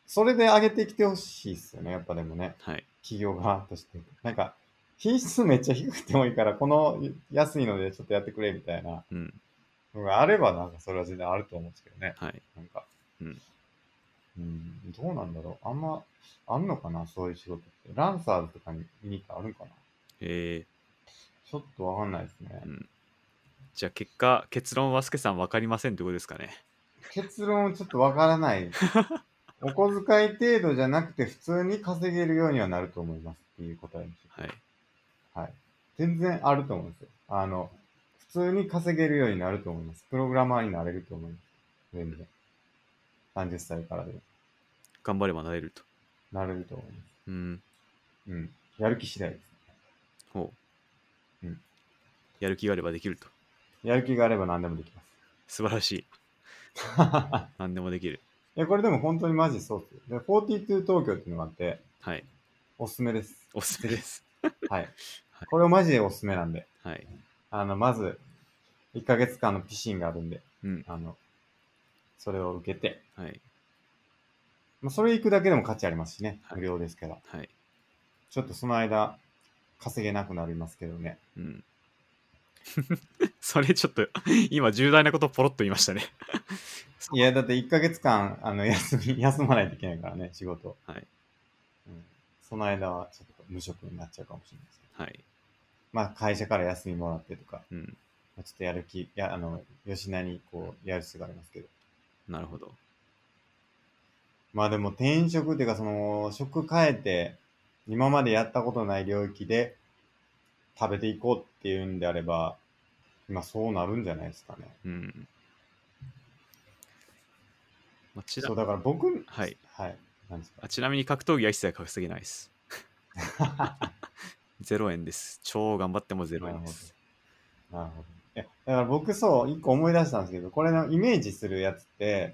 それで上げてきてほしいですよね、やっぱでもね。 はい。 企業側として。なんか、品質めっちゃ低くてもいいから、この安いのでちょっとやってくれみたいなうん。 のがあれば、なんかそれは全然あると思うんですけどね。 はい。 なんか、 うん。 うん、どうなんだろう。あんま、あんのかな、そういう仕事って。ランサーズとかに見に行ったらあるんかな。 えちょっとわかんないですねー、う。ん。じゃあ結果、結論はスケさん分かりませんってことですかね。 結論ちょっとわからないです。お小遣い程度じゃなくて普通に稼げるようにはなると思いますっていう答えにしはい。 はい。全然あると思うんですよ。あの、普通に稼げるようになると思います。プログラマーになれると思います。全然。さんじゅっさいからでも。 頑張ればなれると。 なれると思います。 うん。 うん。やる気次第です。 ほう。 うん。 やる気があればできると。 やる気があれば何でもできます。 素晴らしい。何でもできる。 いや、これでも本当にマジそうですよ。で、フォーティーツー東京っていうのがあって、 はい。 おすすめです。 おすすめです。 はい。 はいこれをマジでおすすめなんで。 はい。 あの、まず、いっかげつかんのピシンがあるんで、 うん。 あの、それを受けて、 はい。 まあ、それ行くだけでも価値ありますしね。 はい無料ですから。 はい。 ちょっとその間、稼げなくなりますけどね。 うん。それちょっと今重大なことポロッと言いましたね。 いや、だっていっかげつかん、あの、休み、休まないといけないからね、仕事。 はい。 うん。その間はちょっと無職になっちゃうかもしれないですけど。 はい。 まあ、会社から休みもらってとか、 うん。 まあちょっとやる気、や、あの、吉田にこう、やる必要がありますけど。 なるほど。 まあでも転職っていうか、その、職変えて、今までやったことない領域で食べていこうっていうんであれば、今そうなるんじゃないですかね。 うん。まあ、ちなそう、だから僕、 はい。 はい。なんですか。 あちなみに格闘技は一切稼げないです。ゼロえんです。超頑張ってもゼロなるほえんです。 ど。なるほど。いや、だから僕そう、一個思い出したんですけど、これのイメージするやつって、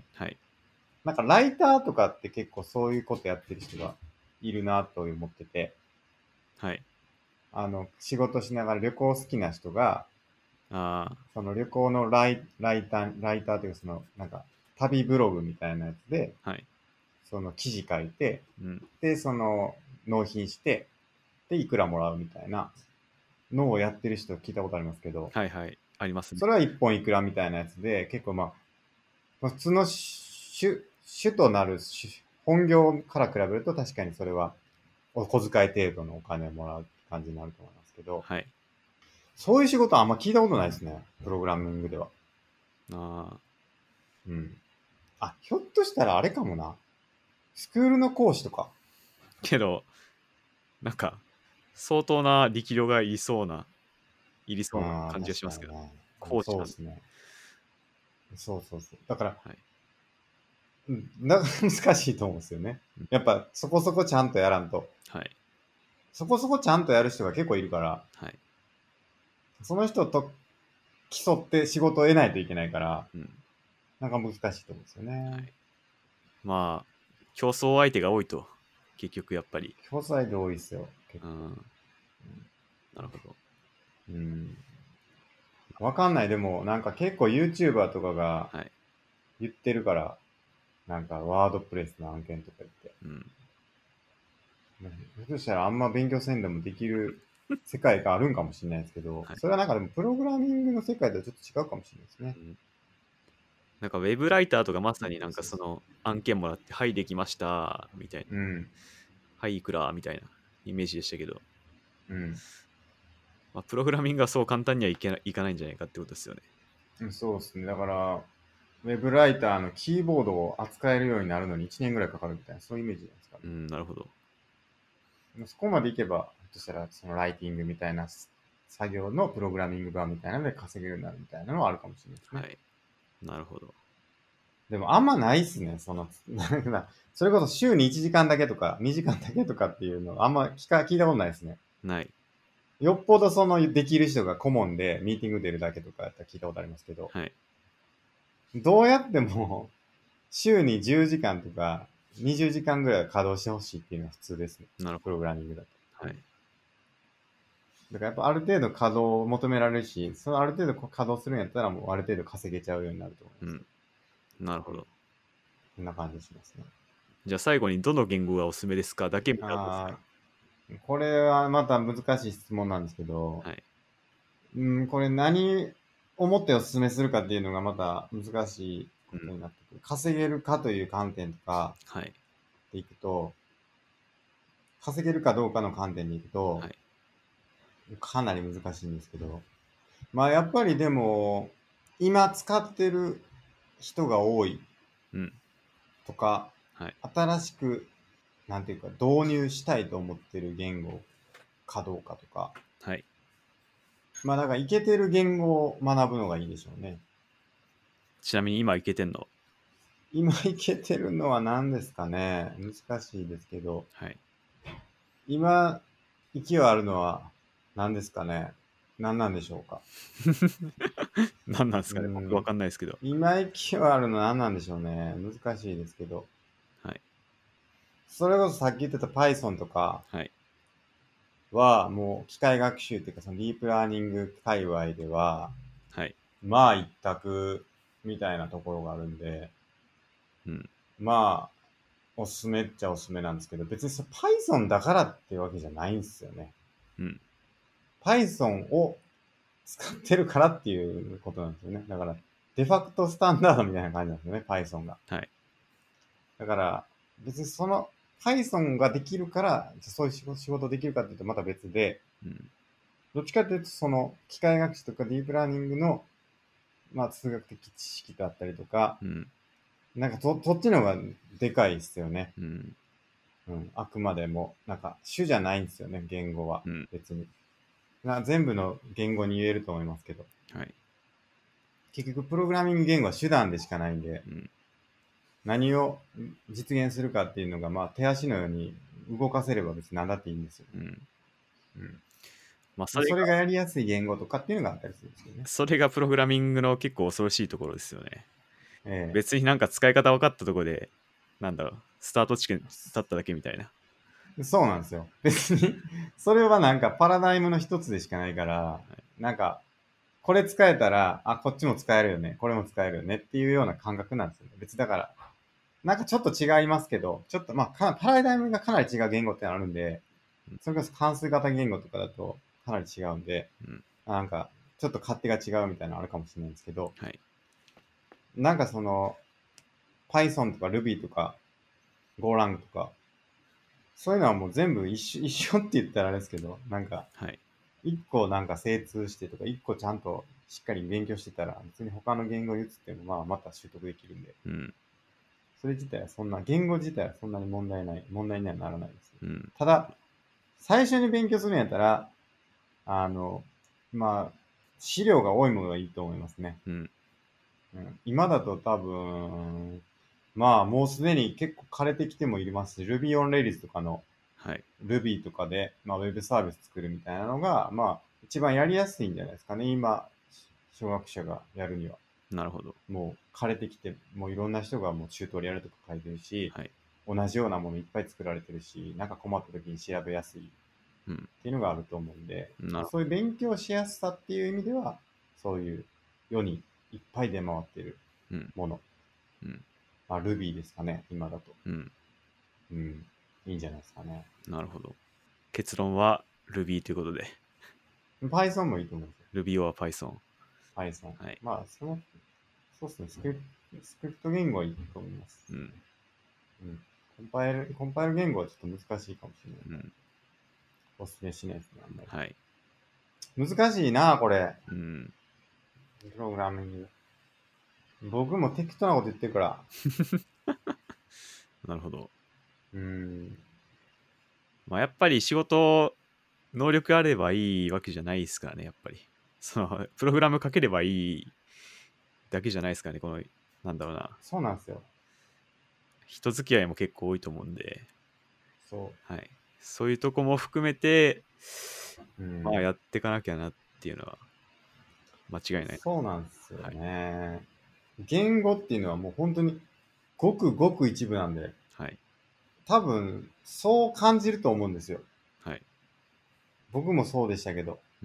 はい。 なんかライターとかって結構そういうことやってる人がいるなと思ってて、 はい。 あの、仕事しながら旅行好きな人が、 あその旅行のライライター、ライターというかその、なんか、旅ブログみたいなやつで、 あ。はい。 その記事書いて、 うん。 で、その、納品して、で、いくらもらうみたいなのをやってる人聞いたことありますけど、 はいはい。ありますね。 それは一本いくらみたいなやつで、結構まあ、まあ普通の主、主となる主本業から比べると確かにそれはお小遣い程度のお金をもらう感じになると思いますけど、 はい。 そういう仕事はあんま聞いたことないですね。プログラミングでは。 ああ。 うん。あ、ひょっとしたらあれかもな。スクールの講師とか。 けど、なんか、相当な力量がいりそうな、いりそうなああ、 感じがしますけど、 確かにね。 コーチなんで。 そうですね。そうそうそう。だから、 はい。 うん、な難しいと思うんですよねうん。 やっぱそこそこちゃんとやらんと。 はい。 そこそこちゃんとやる人が結構いるから、 はい。 その人と競って仕事を得ないといけないから、 うん。 なんか難しいと思うんですよね。 はい。まあ、競争相手が多いと、結局やっぱり。 教材で多いですよ、結構。 うん。なるほど。 うん。わかんない。でも、なんか結構 YouTuber とかがはい。 言ってるから、なんかワードプレスの案件とか言って。 うん。 ひょっとしたらあんま勉強せんでもできる世界があるんかもしれないですけど、 はい。 それはなんかでもプログラミングの世界とはちょっと違うかもしれないですね。 うん。なんかウェブライターとかまさになんかそうそうその案件もらって、はい、できました、みたいな。 うん。 はい、いくらみたいなイメージでしたけど、 うん。 まあ、プログラミングはそう簡単にはいけないかないんじゃないかってことですよね。 うんそうですね。だから、ウェブライターのキーボードを扱えるようになるのにいちねんぐらいかかるみたいな、そういうイメージじゃないですかね。 うん、なるほど。 そこまでいけば、ひょっとしたらそのライティングみたいな作業のプログラミング版みたいなので稼げるようになるみたいなのはあるかもしれないですね。 はい。なるほど。 でもあんまないっすね、その、なんかそれこそ週にいちじかんだけとかにじかんだけとかっていうのあんま聞か聞いたことないですね。 ない。 よっぽどそのできる人が顧問でミーティング出るだけとかやったら聞いたことありますけど、 はい。 どうやっても週にじゅうじかんとかにじゅうじかんぐらいは稼働してほしいっていうのは普通ですね。 なるほプログラミングだと。 ど。はい。 だからやっぱある程度稼働を求められるし、そのある程度稼働するんやったらもうある程度稼げちゃうようになると思います。 うん。なるほど。 こんな感じしますね。 じゃあ最後にどの言語がおすすめですかだけ見たらどうですあか？ ーこれはまた難しい質問なんですけど、 はい。 うん、これ何をもってお勧めするかっていうのがまた難しいことうん。 になってくる。稼げるかという観点とかはい。 でいくと、稼げるかどうかの観点でいくと、 はい。 かなり難しいんですけど、まあやっぱりでも、今使ってる人が多いうん。 とか、 はい。 新しく、なんていうか、導入したいと思ってる言語かどうかとか、 はい。 まあだからいけてる言語を学ぶのがいいでしょうね。 ちなみに今いけてんの？ 今いけてるのは何ですかね。難しいですけど、 はい。 今、勢いあるのは何ですかね。何なんでしょうか。 何なんですうかね僕わん。 かんないですけど。 今勢いあるのは何なんでしょうね。難しいですけど。 はい。 それこそさっき言ってた Python とかはい。 は、もう機械学習っていうか、そのディープラーニング界隈では、 はい。 まあ一択みたいなところがあるんで、 うん。 まあ、おすすめっちゃおすすめなんですけど、別にそ Python だからっていうわけじゃないんですよね。 うん。 Python を使ってるからっていうことなんですよね。だから、デファクトスタンダードみたいな感じなんですよね、Python が。 はい。 だから、別にその Python ができるから、そういう仕事仕事できるかっていうとまた別で、 うん。 どっちかというとその機械学習とかディープラーニングの、まあ、数学的知識だったりとか、 うん。 なんかそそっちの方がでかいですよね。 うん。 うん。あくまでも、なんか主じゃないんですよね、言語は。 うん。 別に。な全部の言語に言えると思いますけど。 はい。 結局、プログラミング言語は手段でしかないんで、 うん。 何を実現するかっていうのが、まあ、手足のように動かせれば別に何だっていいんですよね。 うん。 うんまあ、そまあ、 れが、 それがやりやすい言語とかっていうのがあったりするんですよね。 それがプログラミングの結構恐ろしいところですよね。 え別になんか使い方分かったところで、なんだろう、スタート地点立っただけみたいな。 えそうなんですよ。別に、それはなんかパラダイムの一つでしかないから、 はい。 なんか、これ使えたら、あ、こっちも使えるよね、これも使えるよねっていうような感覚なんですよね。別にだから、なんかちょっと違いますけど、ちょっとまあか、パラダイムがかなり違う言語ってのあるんで、それこそ関数型言語とかだとかなり違うんで、 うん。 なんか、ちょっと勝手が違うみたいなのあるかもしれないんですけど、 はい。 なんかその、Python とか Ruby とか Golang とか、そういうのはもう全部一緒、一緒って言ったらあれですけど、なんか、 はい。 一個なんか精通してとか、一個ちゃんとしっかり勉強してたら、別に他の言語に移ってもまあまた習得できるんで、 うん。 それ自体はそんな、言語自体はそんなに問題ない、問題にはならないです。 うん。 ただ、最初に勉強するんやったら、あの、まあ、資料が多いものがいいと思いますね。 うん。 うん、今だと多分、まあもうすでに結構枯れてきてもいますし、Ruby on Rails とかのはい。 Ruby とかで、まあ、ウェブサービス作るみたいなのが、まあ一番やりやすいんじゃないですかね。今、小学者がやるには。 なるほど。 もう枯れてきて、もういろんな人がもうチュートリアルとか書いてるし、 はい。 同じようなものいっぱい作られてるし、なんか困った時に調べやすいっうん。 ていうのがあると思うんで、 なるほそういう勉強しやすさっていう意味では、そういう世にいっぱい出回ってるど。うん。 もの、 うん。 まあ、Ruby ですかね、今だと。 うん。 うん、いいんじゃないですかね。 なるほど。結論は Ruby ということで。 Python もいいと思うんですよ。 Ruby or Python。 Python。 はい。 まあ、その、そうですね、スクリプト、スクリプト言語はいいと思います。 うん。 うん。コンパイル、コンパイル言語はちょっと難しいかもしれないから、 うん。 おすすめしないですね、あんまはい。 り。難しいな、これ。 うん。 プログラミング。僕も適当なこと言ってるから。 なるほど。 うん。 まあ、やっぱり仕事、能力あればいいわけじゃないですからね、やっぱり。その、プログラム書ければいいだけじゃないですかね、この、なんだろうな。 そうなんですよ。 人付き合いも結構多いと思うんで、 そはい。そういうとこも含めて、 う。うん。 まあ、やっていかなきゃなっていうのは、間違いない。 そうなんですよはい。 ね。言語っていうのはもう本当にごくごく一部なんで、 はい。 多分そう感じると思うんですよ。 はい。 僕もそうでしたけど。 うん。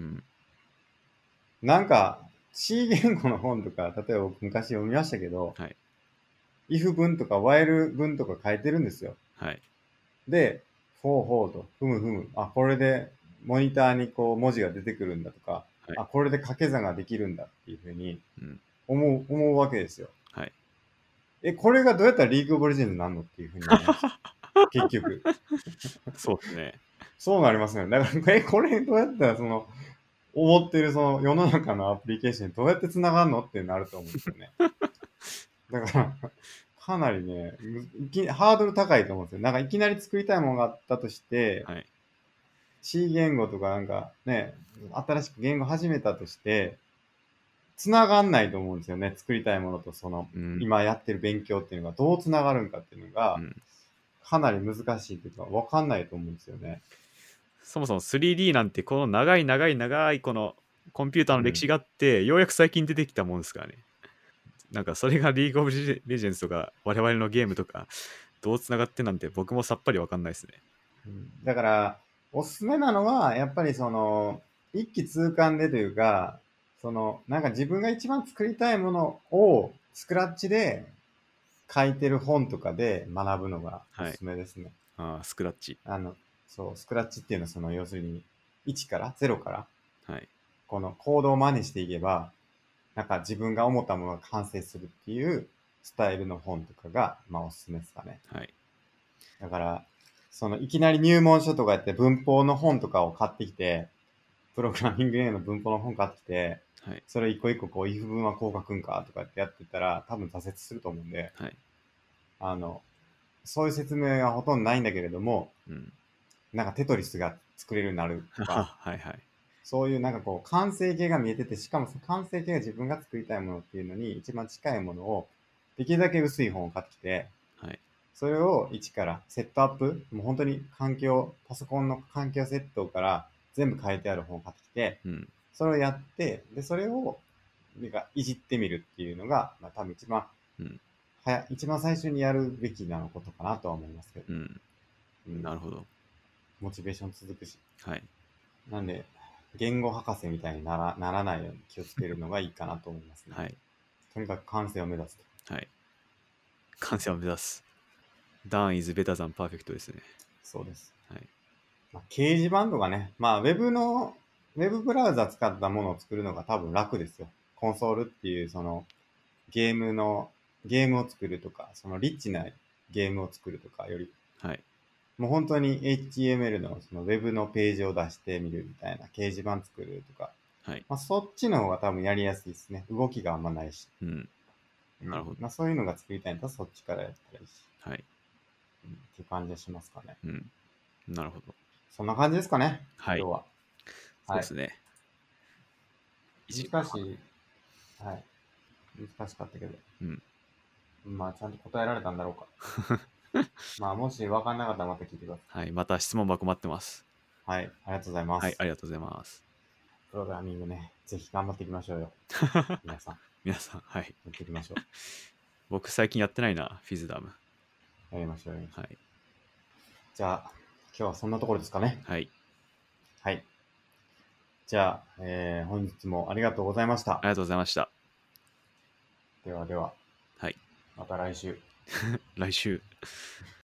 なんか C 言語の本とか、例えば僕昔読みましたけど、 はい。 if 文とか while 文とか書いてるんですよ。 はい。 で、ほうほうと、ふむふむ、あ、これでモニターにこう文字が出てくるんだとか、 はい。 あ、これで掛け算ができるんだっていうふうにうん。 思う、思うわけですよ。 はい。 え、これがどうやったらリーグオブレジェンドになるのっていうふうになります。結局。 そうですね。 そうなりますよね。だから、え、これどうやったらその、思ってるその世の中のアプリケーションにどうやって繋がるのってなると思うんですよね。だから、かなりね、むいきハードル高いと思うんですよ。なんかいきなり作りたいものがあったとして、 はい。 C 言語とかなんかね、新しく言語始めたとして、繋がんないと思うんですよね。作りたいものとその、 うん。 今やってる勉強っていうのがどう繋がるんかっていうのが、 うん。 かなり難しいというか、わかんないと思うんですよね。 そもそも スリーディー なんてこの長い長い長いこのコンピューターの歴史うん。 があって、ようやく最近出てきたもんですからね。なんかそれがリーグオブレジェンズとか我々のゲームとかどうつながってなんて僕もさっぱりわかんないですね。 うんだから、おすすめなのは、やっぱりその、一気通貫でというか、その、なんか自分が一番作りたいものを、スクラッチで書いてる本とかで学ぶのがおはい。 すすめですね。 ああ、スクラッチ。 あの、そう、スクラッチっていうのはその、要するに、いちから、ゼロから、 はい。 このコードを真似していけば、なんか自分が思ったものが完成するっていうスタイルの本とかが、まあおすすめですかね。 はい。 だから、そのいきなり入門書とかやって文法の本とかを買ってきて、プログラミングへの文法の本買ってきて、 はい。 それ一個一個こう、if 文はこう書くんかとかってやってたら、多分挫折すると思うんで、 はい。 あの、そういう説明はほとんどないんだけれども、 うん。 なんかテトリスが作れるようになるとか、 はいはい。 そういうなんかこう、完成形が見えてて、しかもその完成形が自分が作りたいものっていうのに一番近いものを、できるだけ薄い本を買ってきて、 はい。 それを一からセットアップ、もう本当に環境、パソコンの環境セットから全部書いてある本を買ってきて、 うん。 それをやって、で、それを、なんかいじってみるっていうのが、まあ多分一番、 うん。 はや、一番最初にやるべきなことかなとは思いますけど、 うん。 うん、 なるほど。 モチベーション続くし。 はい。 なんで、言語博士みたいにならならないように気をつけるのがいいかなと思いますね。 はい。 とにかく完成を目指すと。 はい。完成を目指す。Done is better than perfect ですね。 そうです。 はい。 まあ、掲示板とかね、まあ、ウェブの、ウェブブラウザ使ったものを作るのが多分楽ですよ。コンソールっていう、その、ゲームの、ゲームを作るとか、そのリッチなゲームを作るとかより、 はい。 もう本当に エイチティーエムエル のそのウェブのページを出してみるみたいな、掲示板作るとか、 はい。 まあ、そっちの方が多分やりやすいですね。動きがあんまないし。 うん。なるほど。 まあ、そういうのが作りたいんだったらそっちからやったらいいし。 はい。 うん、っていう感じがしますかね。 うん。なるほど。 そんな感じですかね。 はい。 今日は。はい。 そうですね。 難しい。はい。難しかったけど。 うん。 まあ、ちゃんと答えられたんだろうか。まあ、もし分かんなかったらまた聞いてください。 はい。また質問箱待ってます。 はい。ありがとうございます。 はい。ありがとうございます。 プログラミングね、ぜひ頑張っていきましょうよ。皆さん。 皆さん、はい。 やっていきましょう。 僕最近やってないな、フィズダム。 やりましょう。やりましょうはい。 じゃあ、今日はそんなところですかね。 はい。 はい。じゃあ、えー、本日もありがとうございましたあり。がとうございました。 ではでは、 はい。 また来週。 来週。